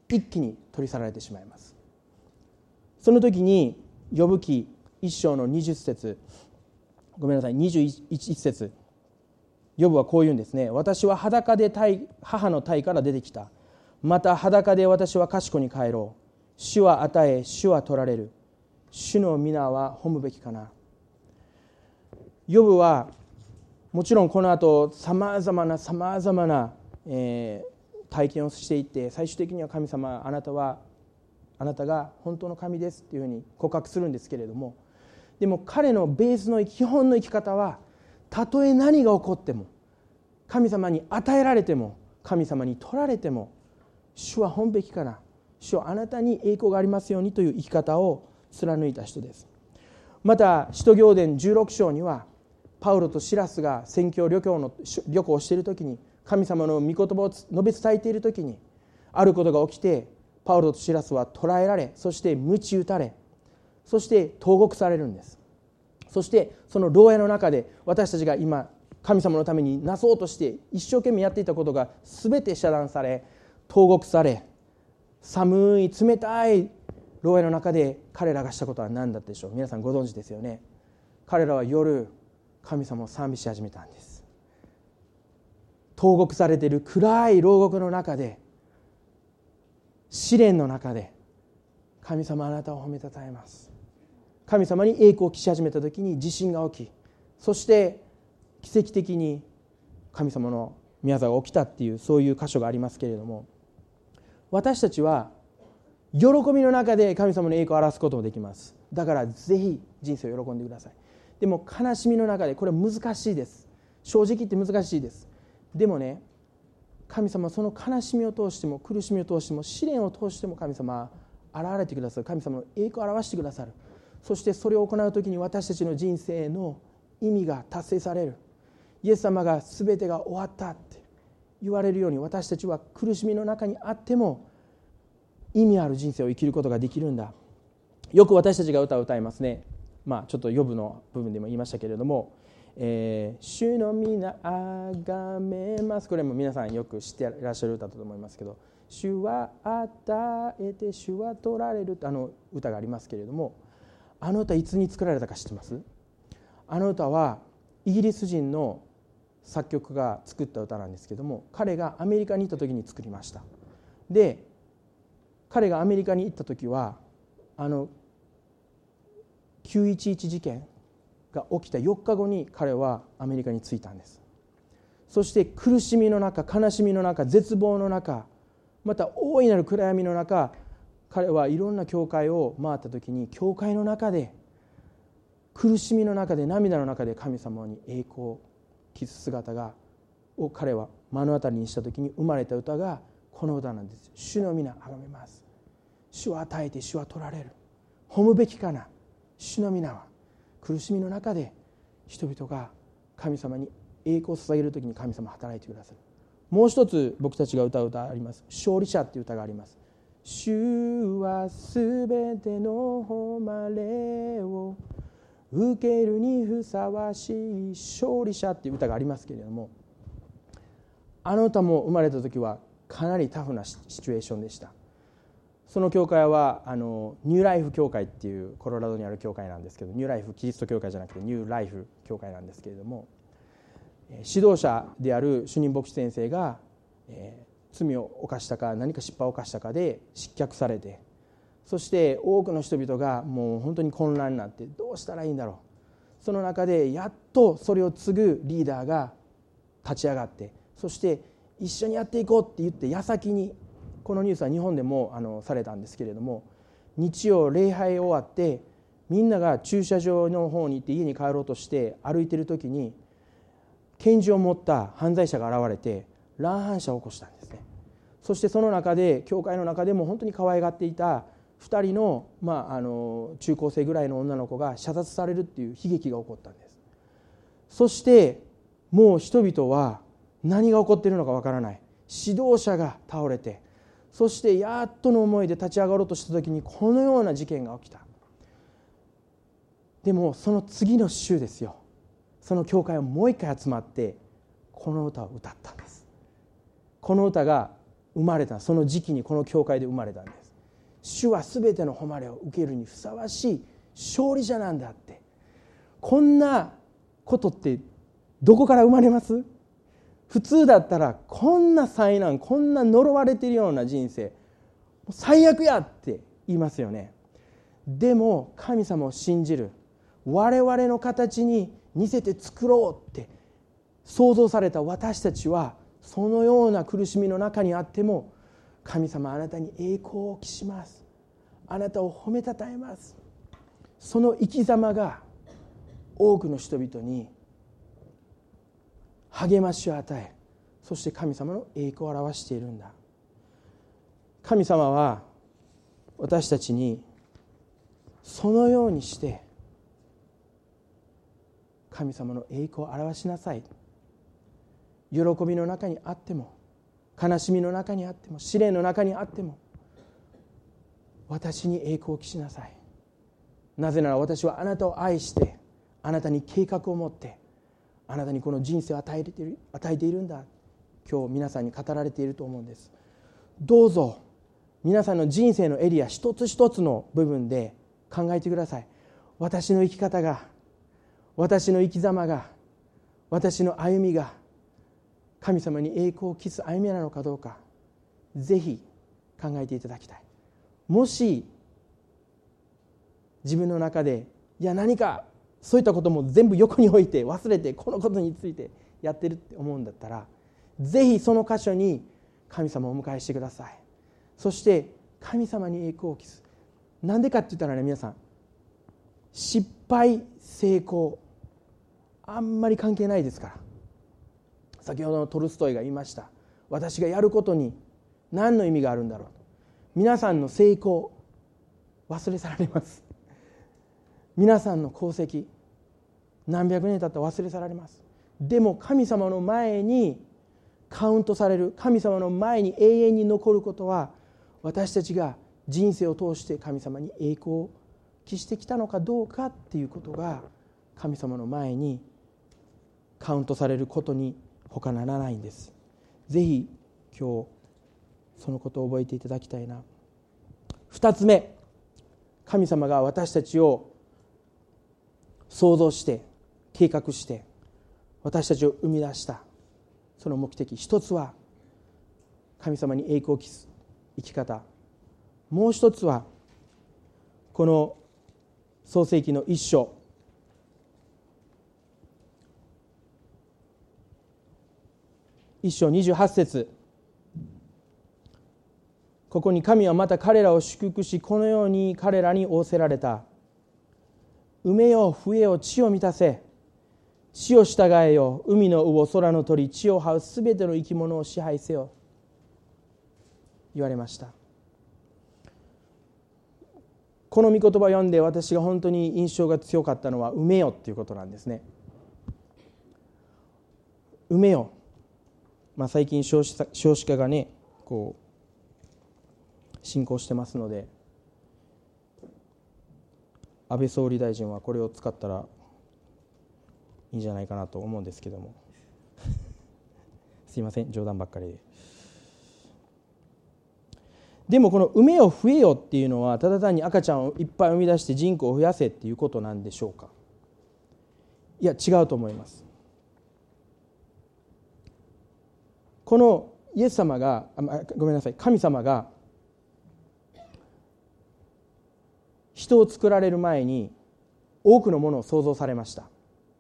一気に取り去られてしまいます。その時にヨブ記一章のにじゅっ節、ごめんなさい、にじゅういち節、ヨブはこう言うんですね。私は裸で母の胎から出てきた。また裸で私は賢に帰ろう。主は与え、主は取られる。主の皆は褒むべきかな。ヨブはもちろんこの後さまざまなさまざまな、えー、体験をしていって、最終的には神様、あなたはあなたが本当の神ですっていうふうに告白するんですけれども、でも彼のベースの基本の生き方は、たとえ何が起こっても、神様に与えられても神様に取られても、主は褒むべきかな、主はあなたに栄光がありますようにという生き方を貫いた人です。また使徒行伝じゅうろく章には、パウロとシラスが宣教旅行の旅行をしているときに、神様の御言葉を述べ伝えているときに、あることが起きて、パウロとシラスは捕らえられ、そして鞭打たれ、そして投獄されるんです。そしてその牢屋の中で、私たちが今神様のためになそうとして一生懸命やっていたことが全て遮断され、投獄され、寒い冷たい牢屋の中で彼らがしたことは何だったでしょう。皆さんご存知ですよね。彼らは夜、神様を賛美し始めたんです。投獄されている暗い牢獄の中で、試練の中で、神様あなたを褒めたたえます。神様に栄光を期し始めた時に地震が起き、そして奇跡的に神様の宮座が起きたっていう、そういう箇所がありますけれども、私たちは喜びの中で神様の栄光を表すこともできます。だからぜひ人生を喜んでください。でも悲しみの中で、これは難しいです。正直言って難しいです。でもね、神様はその悲しみを通しても、苦しみを通しても、試練を通しても神様は現れてくださる。神様の栄光を表してくださる。そしてそれを行うときに、私たちの人生の意味が達成される。イエス様が全てが終わったって言われるように、私たちは苦しみの中にあっても意味ある人生を生きることができるんだ。よく私たちが歌を歌いますね。まあちょっとヨブの部分でも言いましたけれども、えー、主の皆あがめます。これも皆さんよく知っていらっしゃる歌だと思いますけど、主は与えて主は取られると、あの歌がありますけれども、あの歌いつに作られたか知ってます？あの歌はイギリス人の作曲が作った歌なんですけども、彼がアメリカに行った時に作りました。で、彼がアメリカに行った時は、あのきゅういちいち事件が起きたよっかごに彼はアメリカに着いたんです。そして苦しみの中、悲しみの中、絶望の中、また大いなる暗闇の中、彼はいろんな教会を回った時に、教会の中で苦しみの中で涙の中で神様に栄光を期す姿がを彼は目の当たりにした時に生まれた歌がこの歌なんです。主の皆あがめます。主は与えて主は取られる。褒むべきかな。主の皆は苦しみの中で人々が神様に栄光を捧げる時に神様働いてくださる。もう一つ僕たちが歌う歌あります。勝利者っていう歌があります。主はすべての誉れを受けるにふさわしい勝利者っていう歌がありますけれども、あの歌も生まれた時はかなりタフなシチュエーションでした。その教会はあのニューライフ教会っていうコロラドにある教会なんですけど、ニューライフキリスト教会じゃなくてニューライフ教会なんですけれども、指導者である主任牧師先生が、えー、罪を犯したか何か失敗を犯したかで失脚されて、そして多くの人々がもう本当に混乱になって、どうしたらいいんだろう。その中でやっとそれを継ぐリーダーが立ち上がって、そして一緒にやっていこうって言って矢先に、このニュースは日本でもあのされたんですけれども、日曜礼拝終わってみんなが駐車場の方に行って家に帰ろうとして歩いている時に、拳銃を持った犯罪者が現れて乱反射を起こしたんですね。そしてその中で教会の中でも本当に可愛がっていたふたりの、まあ、あの中高生ぐらいの女の子が射殺されるっていう悲劇が起こったんです。そしてもう人々は何が起こっているのかわからない。指導者が倒れて、そしてやっとの思いで立ち上がろうとした時にこのような事件が起きた。でもその次の週ですよ、その教会はもう一回集まってこの歌を歌ったんです。この歌が生まれた、その時期にこの教会で生まれたんです。主はすべての誉れを受けるにふさわしい勝利者なんだって。こんなことってどこから生まれます？普通だったらこんな災難、こんな呪われているような人生、最悪やって言いますよね。でも神様を信じる、我々の形に似せて作ろうって創造された私たちは、そのような苦しみの中にあっても、神様あなたに栄光を期します、あなたを褒めたたえます。その生き様が多くの人々に励ましを与え、そして神様の栄光を表しているんだ。神様は私たちにそのようにして神様の栄光を表しなさい。喜びの中にあっても、悲しみの中にあっても、試練の中にあっても、私に栄光を期しなさい。なぜなら私はあなたを愛して、あなたに計画を持って、あなたにこの人生を与えている、与えているんだ。今日皆さんに語られていると思うんです。どうぞ皆さんの人生のエリア一つ一つの部分で考えてください。私の生き方が、私の生き様が、私の歩みが神様に栄光を期す歩みなのかどうか、ぜひ考えていただきたい。もし自分の中で、いや何かそういったことも全部横に置いて忘れてこのことについてやってるって思うんだったら、ぜひその箇所に神様をお迎えしてください。そして神様に栄光を期す。なんでかって言ったらね、皆さん、失敗成功あんまり関係ないですから。先ほどのトルストイが言いました。私がやることに何の意味があるんだろう。皆さんの成功忘れ去られます。皆さんの功績何百年経ったら忘れ去られます。でも神様の前にカウントされる、神様の前に永遠に残ることは、私たちが人生を通して神様に栄光を期してきたのかどうかっていうことが、神様の前にカウントされることに他ならないんです。ぜひ今日そのことを覚えていただきたいな。二つ目、神様が私たちを創造して計画して私たちを生み出したその目的、一つは神様に栄光を期す生き方、もう一つはこの創世記の一章一章にじゅうはち節、ここに神はまた彼らを祝福し、このように彼らに仰せられた。埋めよ、増えよ、地を満たせ。地を従えよ、海の魚、空の鳥、地を這うすべての生き物を支配せよ。言われました。この御言葉を読んで私が本当に印象が強かったのは、埋めよっていうことなんですね。埋めよ。まあ、最近少子化、少子化がね、こう進行してますので、安倍総理大臣はこれを使ったらいいんじゃないかなと思うんですけどもすいません、冗談ばっかりで。でもこの埋めよ増えよっていうのは、ただ単に赤ちゃんをいっぱい生み出して人口を増やせっていうことなんでしょうか。いや違うと思います。このイエス様が、ごめんなさい、神様が人を作られる前に多くのものを創造されました。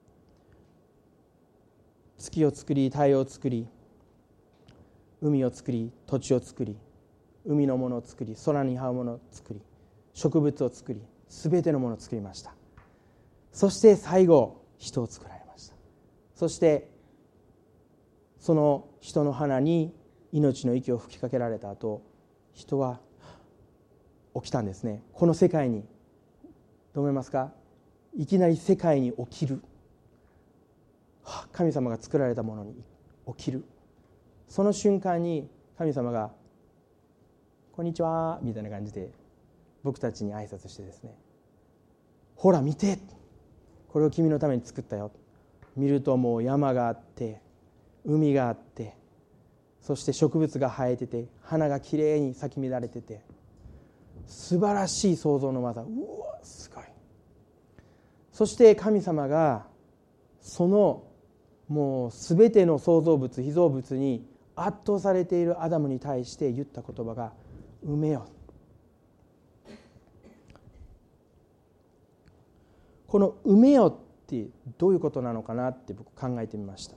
月を作り、太陽を作り、海を作り、土地を作り、海のものを作り、空に這うものを作り、植物を作り、すべてのものを作りました。そして最後、人を作られました。そしてその人の花に命の息を吹きかけられた後、人は起きたんですね。この世界に、どう思いますか？いきなり世界に起きる、神様が作られたものに起きる。その瞬間に神様がこんにちはみたいな感じで僕たちに挨拶してですね、ほら見て、これを君のために作ったよ。見るともう山があって海があって、 そして植物が生えてて、花がきれいに咲き乱れてて、素晴らしい創造の技。うわ、すごい。そして神様がそのもうすべての創造物、被造物に圧倒されているアダムに対して言った言葉が、埋めよ。この埋めよってどういうことなのかなって僕考えてみました。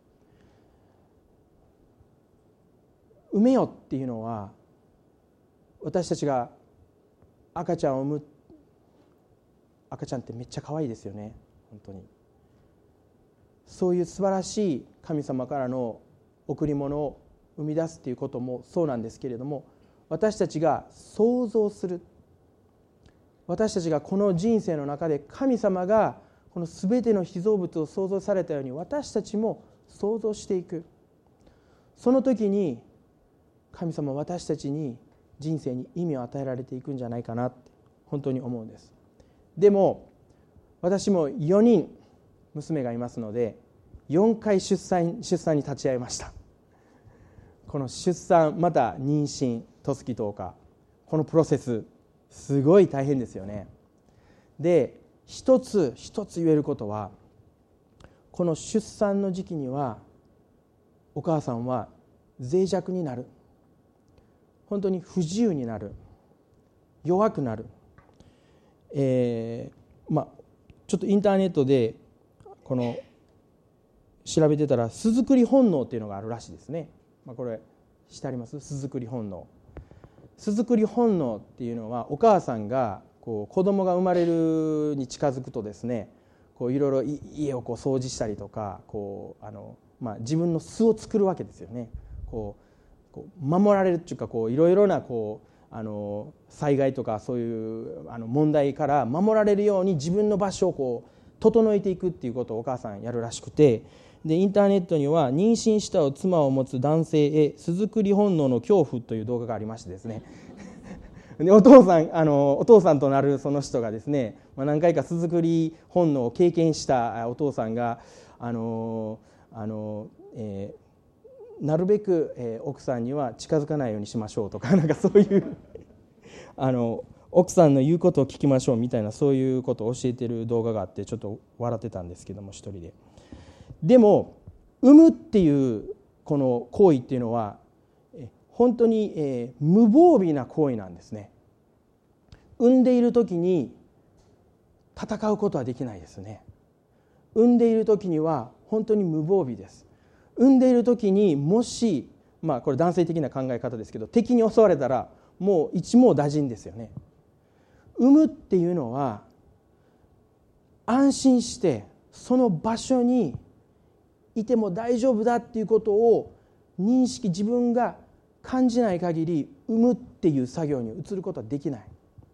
埋めよっていうのは、私たちが赤ちゃんを産む、赤ちゃんってめっちゃ可愛いですよね、本当に。そういう素晴らしい神様からの贈り物を生み出すっていうこともそうなんですけれども、私たちが想像する、私たちがこの人生の中で神様がこのすべての被造物を創造されたように、私たちも想像していく。その時に神様は私たちに人生に意味を与えられていくんじゃないかなって本当に思うんです。でも私もよにん娘がいますので、よんかい出産出産に立ち会いました。この出産また妊娠、十月とおか、このプロセスすごい大変ですよね。で、一つ一つ言えることは、この出産の時期にはお母さんは脆弱になる、本当に不自由になる、弱くなる。えー、まあちょっとインターネットでこの調べてたら、巣作り本能っていうのがあるらしいですね。まあ、これ知ってあります？巣作り本能。巣作り本能っていうのは、お母さんがこう子供が生まれるに近づくとですね、こういろいろ家をこう掃除したりとか、こうあの、まあ、自分の巣を作るわけですよね。こうこう守られるっていうか、こういろいろなこうあの災害とかそういうあの問題から守られるように自分の場所をこう整えていくっていうことをお母さんやるらしくて、でインターネットには、妊娠した妻を持つ男性へ巣作り本能の恐怖という動画がありましてですねでお父さんあのお父さんとなるその人がですね、まあ、何回か巣作り本能を経験したお父さんがあのあの、えー、なるべく、えー、奥さんには近づかないようにしましょうとか、なんかそういうあの奥さんの言うことを聞きましょうみたいな、そういうことを教えている動画があって、ちょっと笑ってたんですけども、一人で。でも産むっていうこの行為っていうのは本当に、えー、無防備な行為なんですね。産んでいる時に戦うことはできないですね。産んでいる時には本当に無防備です。産んでいる時にもし、まあこれ男性的な考え方ですけど、敵に襲われたらもう一網打尽ですよね。産むっていうのは安心してその場所にいても大丈夫だっていうことを認識、自分が感じない限り産むっていう作業に移ることはできない。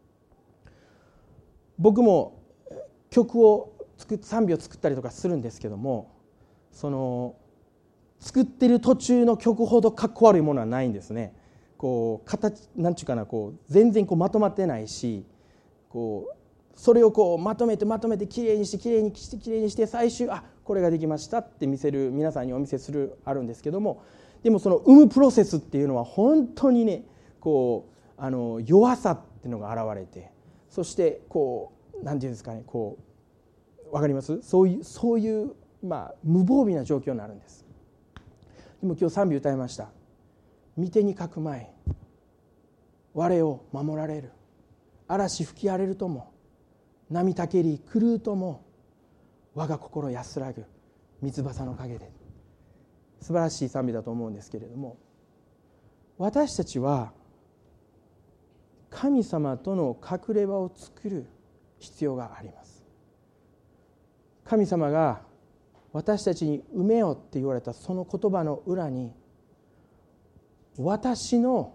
僕も曲を作っ賛美を作ったりとかするんですけども、その作ってる途中の曲ほどかっこ悪いものはないんですね。こう形なんていうかな、こう全然こうまとまってないし、こうそれをこうまとめてまとめてきれいにしてきれいにしてきれいにして最終、あ、これができましたって見せる、皆さんにお見せするあるんですけども、でもその産むプロセスっていうのは本当にね、こうあの弱さっていうのが現れて、そしてこうなんていうんですかね、こうわかります？そういうそういうまあ無防備な状況になるんです。でも今日賛美歌いました。御手にかく前、我を守られる。嵐吹き荒れるとも、波たけり狂うとも、我が心安らぐ三翼の陰で。素晴らしい賛美だと思うんですけれども、私たちは神様との隠れ場を作る必要があります。神様が私たちに産めよって言われたその言葉の裏に、私の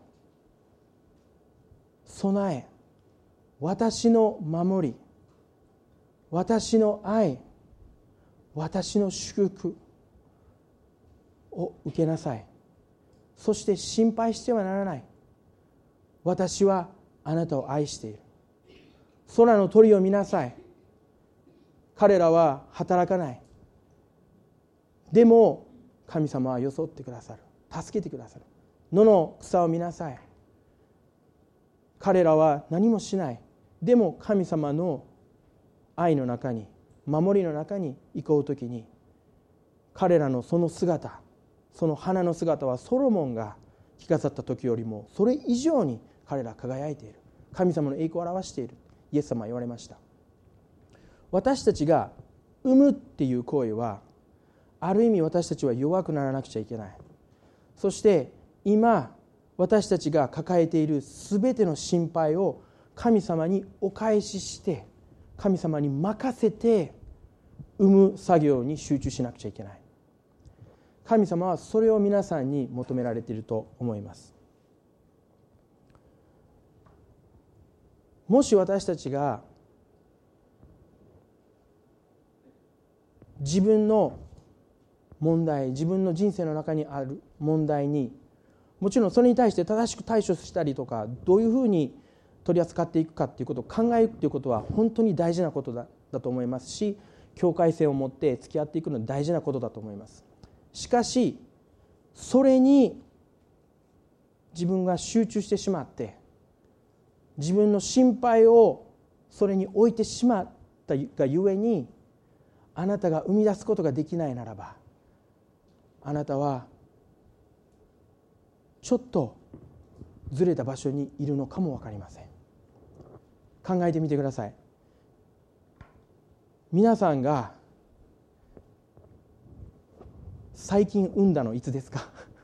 備え、私の守り、私の愛、私の祝福を受けなさい。そして心配してはならない。私はあなたを愛している。空の鳥を見なさい。彼らは働かない。でも神様はよそってくださる。 助けてくださる。野の草を見なさい。彼らは何もしない。でも神様の愛の中に、守りの中に行こうときに、彼らのその姿、その花の姿はソロモンが着飾った時よりもそれ以上に彼ら輝いている。神様の栄光を表している。イエス様は言われました。私たちが産むっていう行為は、ある意味私たちは弱くならなくちゃいけない。そして今私たちが抱えているすべての心配を神様にお返しして、神様に任せて産む作業に集中しなくちゃいけない。神様はそれを皆さんに求められていると思います。もし私たちが自分の問題、自分の人生の中にある問題に、もちろんそれに対して正しく対処したりとか、どういうふうに取り扱っていくかということを考えるということは本当に大事なことだ、だと思いますし、境界線を持って付き合っていくのは大事なことだと思います。しかしそれに自分が集中してしまって、自分の心配をそれに置いてしまったがゆえに、あなたが生み出すことができないならば、あなたはちょっとずれた場所にいるのかも分かりません。考えてみてください。皆さんが最近産んだのいつですか？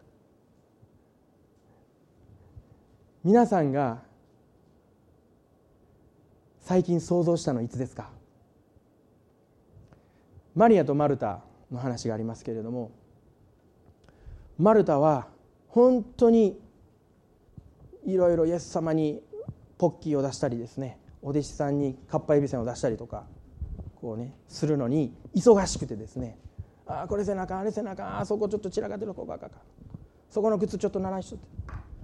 皆さんが最近想像したのいつですか？マリアとマルタの話がありますけれども、マルタは本当にいろいろイエス様にポッキーを出したりですね、お弟子さんにかっぱえびせんを出したりとかこうねするのに忙しくてですね、ああこれせなあかん、あれせなあかん、あそこちょっと散らかってる、ここあかん、そこの靴ちょっと鳴らしとって、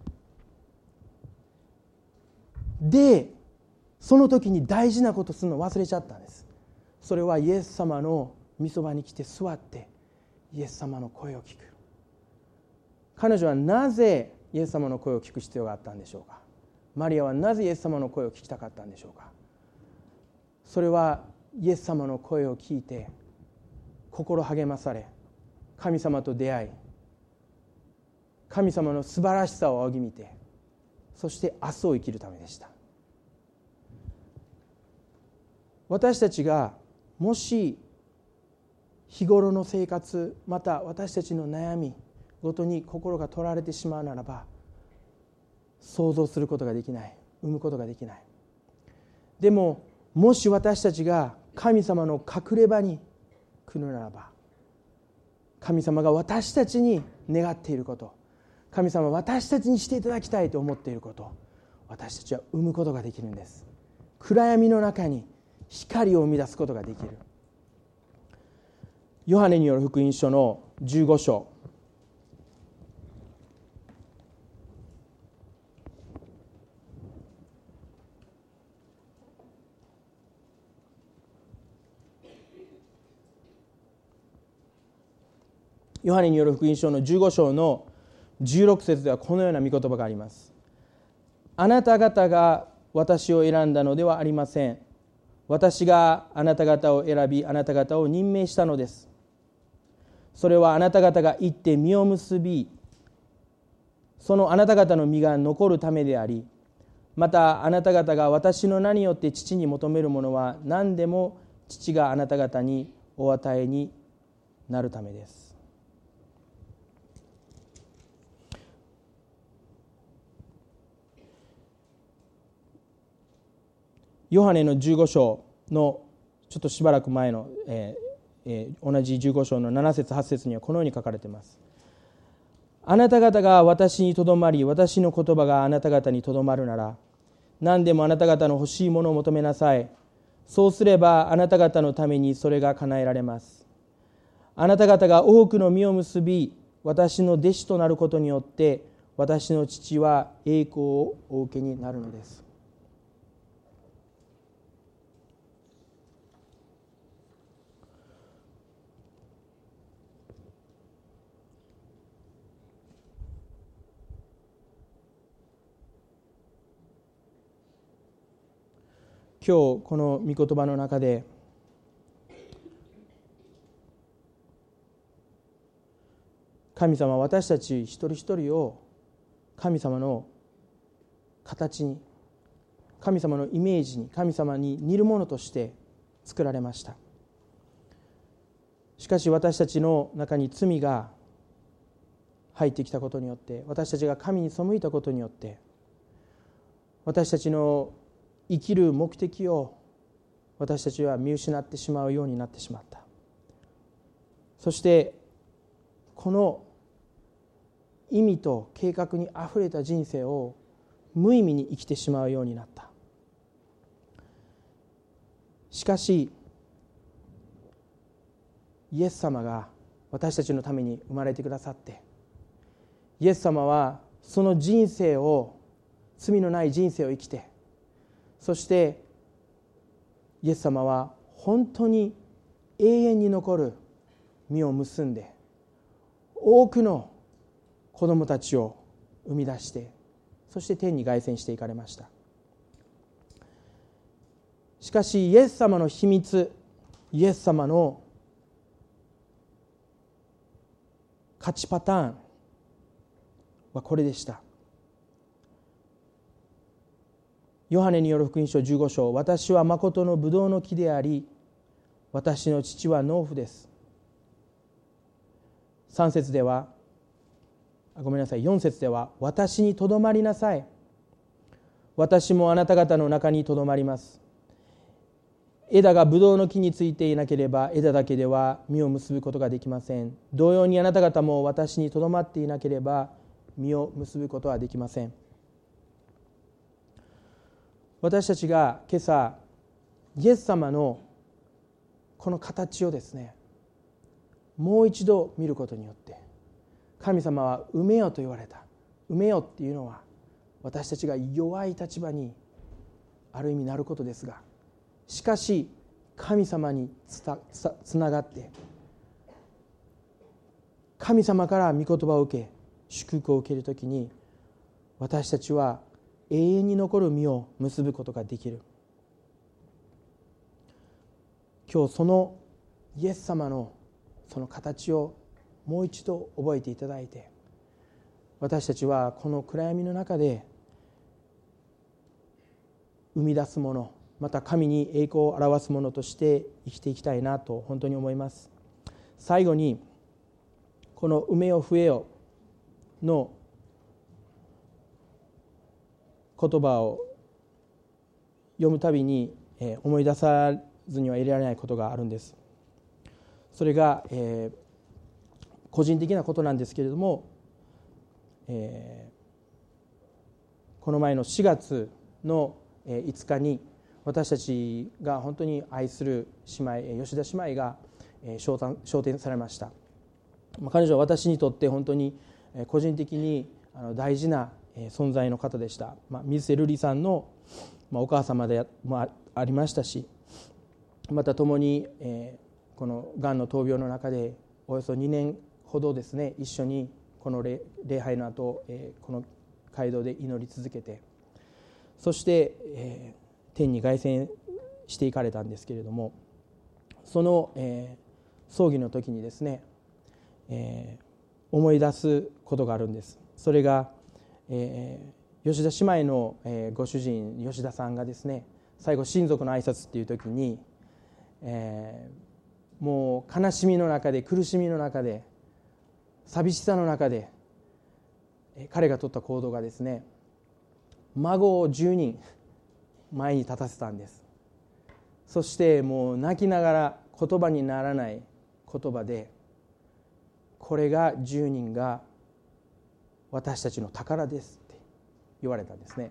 でその時に大事なことするの忘れちゃったんです。それはイエス様の御そばに来て座ってイエス様の声を聞く。彼女はなぜイエス様の声を聞く必要があったんでしょうか。マリアはなぜイエス様の声を聞きたかったんでしょうか。それはイエス様の声を聞いて心励まされ、神様と出会い、神様の素晴らしさを仰ぎ見て、そして明日を生きるためでした。私たちがもし日頃の生活、また私たちの悩みごとに心が取られてしまうならば、想像することができない、生むことができない。でももし私たちが神様の隠れ場に来るならば、神様が私たちに願っていること、神様は私たちにしていただきたいと思っていること、私たちは生むことができるんです。暗闇の中に光を生み出すことができる。ヨハネによる福音書のじゅうご章、ヨハネによる福音書のじゅうご章のじゅうろく節ではこのような御言葉があります。あなた方が私を選んだのではありません。私があなた方を選び、あなた方を任命したのです。それはあなた方が行って実を結び、そのあなた方の実が残るためであり、またあなた方が私の名によって父に求めるものは何でも父があなた方にお与えになるためです。ヨハネのじゅうご章のちょっとしばらく前の、えーえー、同じじゅうご章のなな節はち節にはこのように書かれています。あなた方が私にとどまり、私の言葉があなた方にとどまるなら、何でもあなた方の欲しいものを求めなさい。そうすればあなた方のためにそれが叶えられます。あなた方が多くの実を結び、私の弟子となることによって私の父は栄光をお受けになるのです。 今日この御言葉の中で神様は私たち一人一人を神様の形に、神様のイメージに、神様に似るものとして作られました。しかし私たちの中に罪が入ってきたことによって、私たちが神に背いたことによって、私たちの生きる目的を私たちは見失ってしまうようになってしまった。そしてこの意味と計画にあふれた人生を無意味に生きてしまうようになった。しかしイエス様が私たちのために生まれてくださって、イエス様はその人生を、罪のない人生を生きて、そしてイエス様は本当に永遠に残る実を結んで、多くの子供たちを生み出して、そして天に凱旋していかれました。しかしイエス様の秘密、イエス様の勝ちパターンはこれでした。ヨハネによる福音書じゅうご章、私は誠のブドウの木であり、私の父は農夫です。さん節では、ごめんなさい、よん節では、私にとどまりなさい。私もあなた方の中にとどまります。枝がブドウの木についていなければ、枝だけでは実を結ぶことができません。同様にあなた方も私にとどまっていなければ、実を結ぶことはできません。私たちが今朝、イエス様のこの形をですね、もう一度見ることによって、神様は埋めよと言われた。埋めよっていうのは、私たちが弱い立場にある意味なることですが、しかし神様につたつながって、神様から御言葉を受け、祝福を受けるときに、私たちは永遠に残る実を結ぶことができる。今日そのイエス様のその形をもう一度覚えていただいて、私たちはこの暗闇の中で生み出すもの、また神に栄光を表すものとして生きていきたいなと本当に思います。最後にこの埋めよ増えよの言葉を読むたびに思い出さずにはいられないことがあるんです。それが、えー、個人的なことなんですけれども、えー、この前のしがつのいつかに私たちが本当に愛する姉妹、吉田姉妹が昇天されました。彼女は私にとって本当に個人的に大事な存在の方でした。水瀬瑠璃さんのお母様でもありましたし、また共にこのがんの闘病の中でおよそにねんほどですね、一緒にこの礼拝の後この街道で祈り続けて、そして天に凱旋していかれたんですけれども、その葬儀の時にですね、思い出すことがあるんです。それが吉田姉妹のご主人吉田さんがですね、最後親族の挨拶っていう時に、もう悲しみの中で、苦しみの中で、寂しさの中で彼が取った行動がですね、孫をじゅうにん前に立たせたんです。そしてもう泣きながら、言葉にならない言葉で、これがじゅうにんが私たちの宝ですって言われたんですね。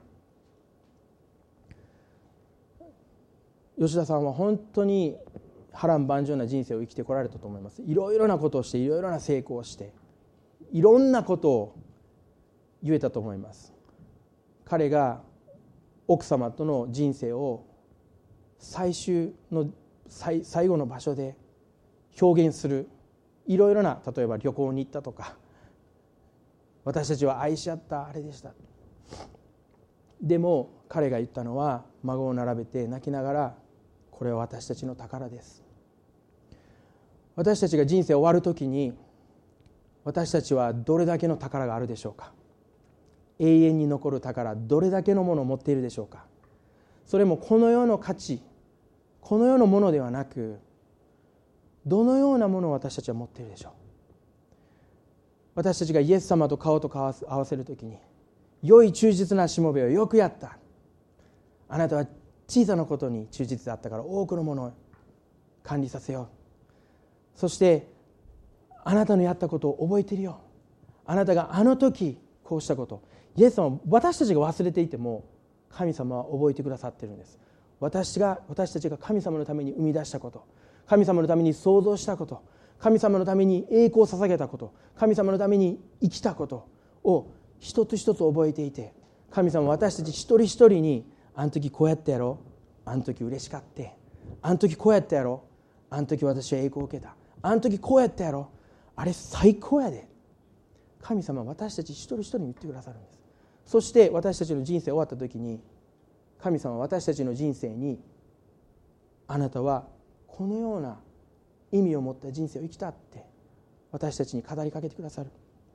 吉田さんは本当に波乱万丈な人生を生きてこられたと思います。いろいろなことをして、いろいろな成功をして、いろんなことを言えたと思います。彼が奥様との人生を最終の 最, 最後の場所で表現する、いろいろな、例えば旅行に行ったとか、私たちは愛し合ったあれでした、 でも彼が言ったのは、孫を並べて泣きながら、これは私たちの宝です。私たちが人生終わるときに、私たちはどれだけの宝があるでしょうか。永遠に残る宝、どれだけのものを持っているでしょうか。それもこの世の価値、この世のものではなく、どのようなものを私たちは持っているでしょう。私たちがイエス様と顔と顔を合わせるときに、良い忠実なしもべをよくやった、あなたは小さなことに忠実だったから多くのものを管理させよう、そしてあなたのやったことを覚えているよ、あなたがあの時こうしたこと、イエス様は私たちが忘れていても神様は覚えてくださっているんです。私が私たちが神様のために生み出したこと、神様のために創造したこと、神様のために栄光を捧げたこと、神様のために生きたことを一つ一つ覚えていて、神様は私たち一人一人に、あの時こうやってやろう、あの時嬉しかった、あの時こうやってやろう、あの時私は栄光を受けた、あの時こうやってやろう、あれ最高やで、神様は私たち一人一人に言ってくださるんです。そして私たちの人生終わった時に、神様は私たちの人生に、あなたはこのような意味を持った人生を生きたって私たちに語りかけてくださる。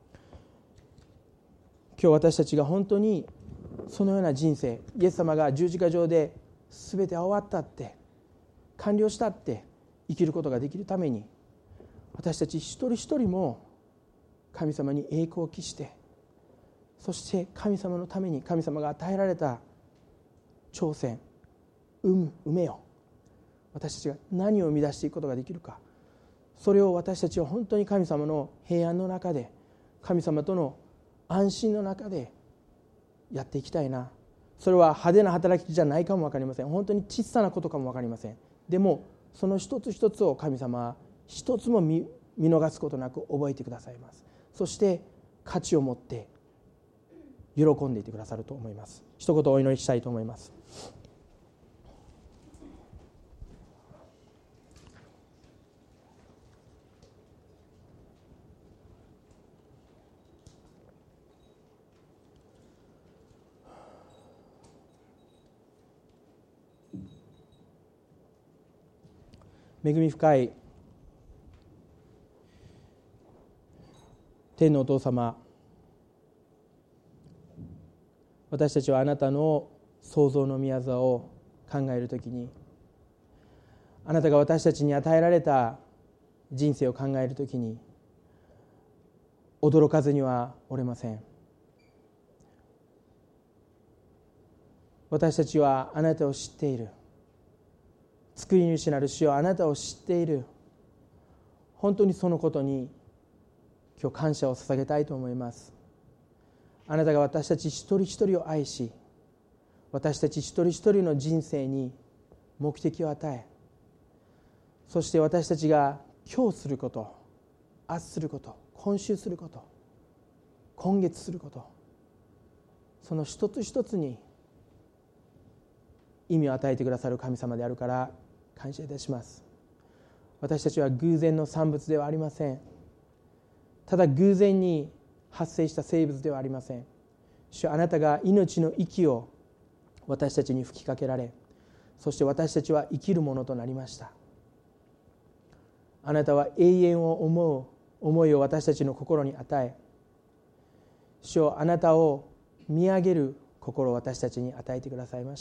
今日私たちが本当にそのような人生、イエス様が十字架上で全て終わったって、完了したって生きることができるために、私たち一人一人も神様に栄光を期して、そして神様のために神様が与えられた挑戦、生む埋めよ、私たちが何を生み出していくことができるか、それを私たちは本当に神様の平安の中で、神様との安心の中でやっていきたいな。それは派手な働きじゃないかも分かりません。本当に小さなことかも分かりません。でもその一つ一つを神様は一つも 見, 見逃すことなく覚えてくださいます。そして価値を持って喜んでいてくださると思います。一言お祈りしたいと思います。恵み深い天のお父様、私たちはあなたの創造の御業を考えるときに、あなたが私たちに与えられた人生を考えるときに驚かずにはおれません。私たちはあなたを知っている、救い主なる主よ、あなたを知っている。本当にそのことに今日感謝を捧げたいと思います。あなたが私たち一人一人を愛し、私たち一人一人の人生に目的を与え、そして私たちが今日すること、明日すること、今週すること、今月すること、その一つ一つに意味を与えてくださる神様であるから感謝いたします。私たちは偶然の産物ではありません。ただ偶然に発生した生物ではありません。主、あなたが命の息を私たちに吹きかけられ、そして私たちは生きるものとなりました。あなたは永遠を思う思いを私たちの心に与え、主よ、あなたを見上げる心を私たちに与えてくださいました。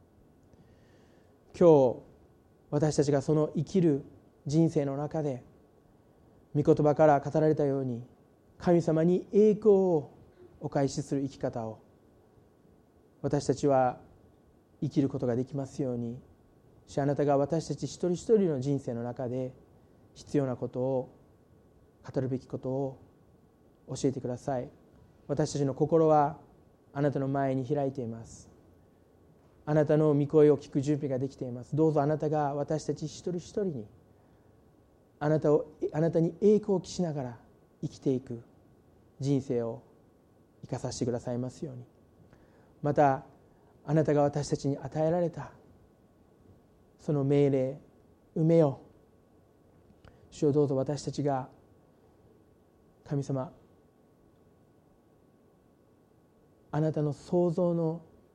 今日私たちがその生きる人生の中で御言葉から語られたように、神様に栄光をお返しする生き方を私たちは生きることができますように、主、あなたが私たち一人一人の人生の中で必要なことを、語るべきことを教えてください。私たちの心はあなたの前に開いています。あなたの御声を聞く準備ができています。どうぞあなたが私たち一人一人にあなたをあなたに栄光を期しながら生きていく人生を生かさせてくださいますように。またあなたが私たちに与えられたその命令、埋めよ、主をどうぞ私たちが神様、あなたの創造の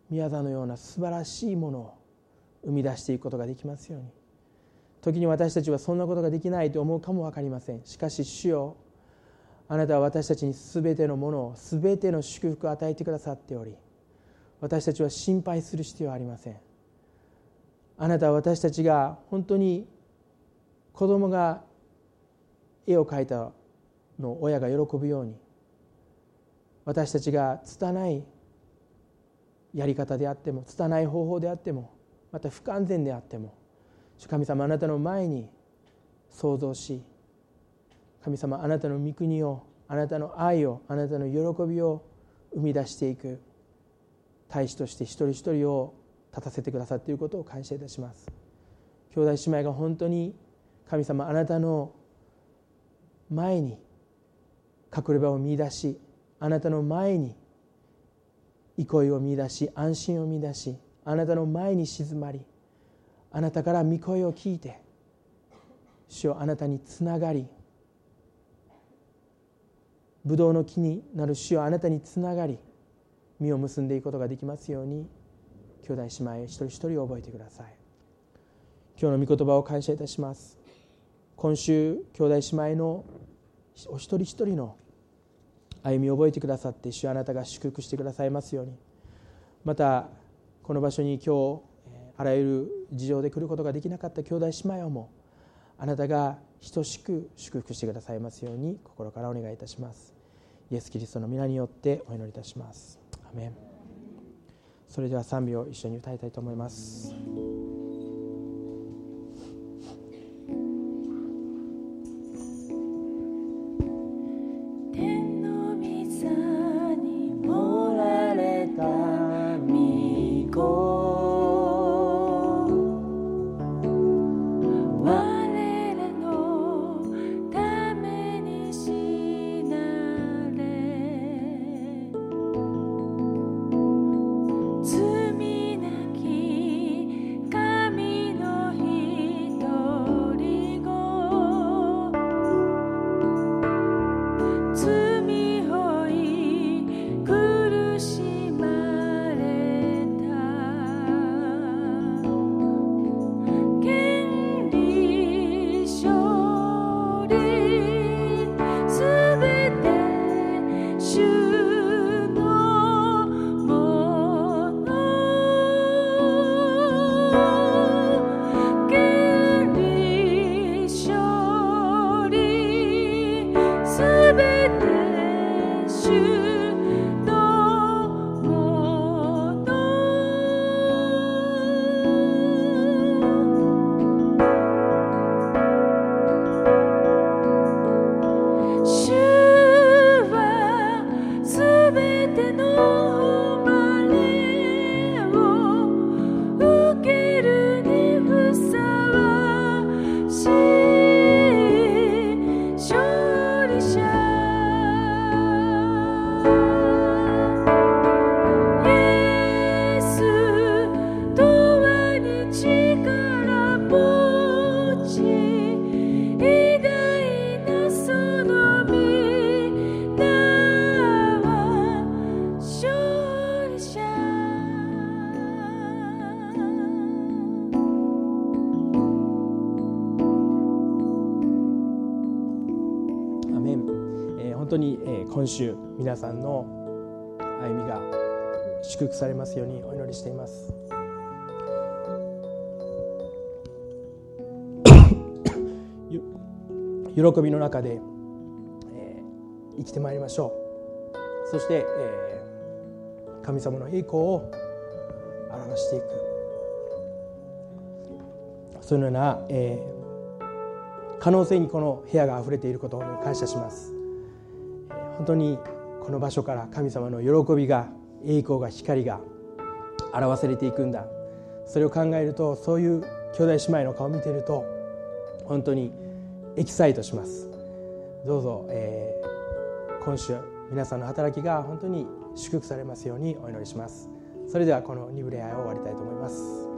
宮座のような素晴らしいものを生み出していくことができますように。時に私たちはそんなことができないと思うかも分かりません。しかし主よ、あなたは私たちにすべてのものを、すべての祝福を与えてくださっており、私たちは心配する必要はありません。あなたは私たちが本当に子供が絵を描いたのを親が喜ぶように、私たちが拙いやり方であっても、拙い方法であっても、また不完全であっても、主神様、あなたの前に創造し、神様、あなたの御国を、あなたの愛を、あなたの喜びを生み出していく大使として一人一人を立たせてくださっていることを感謝いたします。兄弟姉妹が本当に神様、あなたの前に隠れ場を見出し、あなたの前に憩いを見出し、安心を見出し、あなたの前に静まり、あなたから御声を聞いて、主よ、あなたにつながり、ブドウの木になる主よ、あなたにつながり、実を結んでいくことができますように、兄弟姉妹一人一人を覚えてください。今日の御言葉を感謝いたします。今週、兄弟姉妹のお一人一人の歩みを覚えてくださって、主よ、あなたが祝福してくださいますように。またこの場所に今日あらゆる事情で来ることができなかった兄弟姉妹をも、あなたが等しく祝福してくださいますように心からお願いいたします。イエス・キリストの皆によってお祈りいたします。アメン。それでは賛美を一緒に歌いたいと思います。 天の御座に盛られた御子、 本当に今週皆さんの歩みが祝福されますようにお祈りしています。喜びの中で、えー、生きてまいりましょう。そして、えー、神様の栄光を表していく、そのような、えー、可能性にこの部屋があふれていることを感謝します。本当にこの場所から神様の喜びが、栄光が、光が表されていくんだ。それを考えると、そういう兄弟姉妹の顔を見ていると本当にエキサイトします。どうぞ、えー、今週皆さんの働きが本当に祝福されますようにお祈りします。それではこのに部礼拝を終わりたいと思います。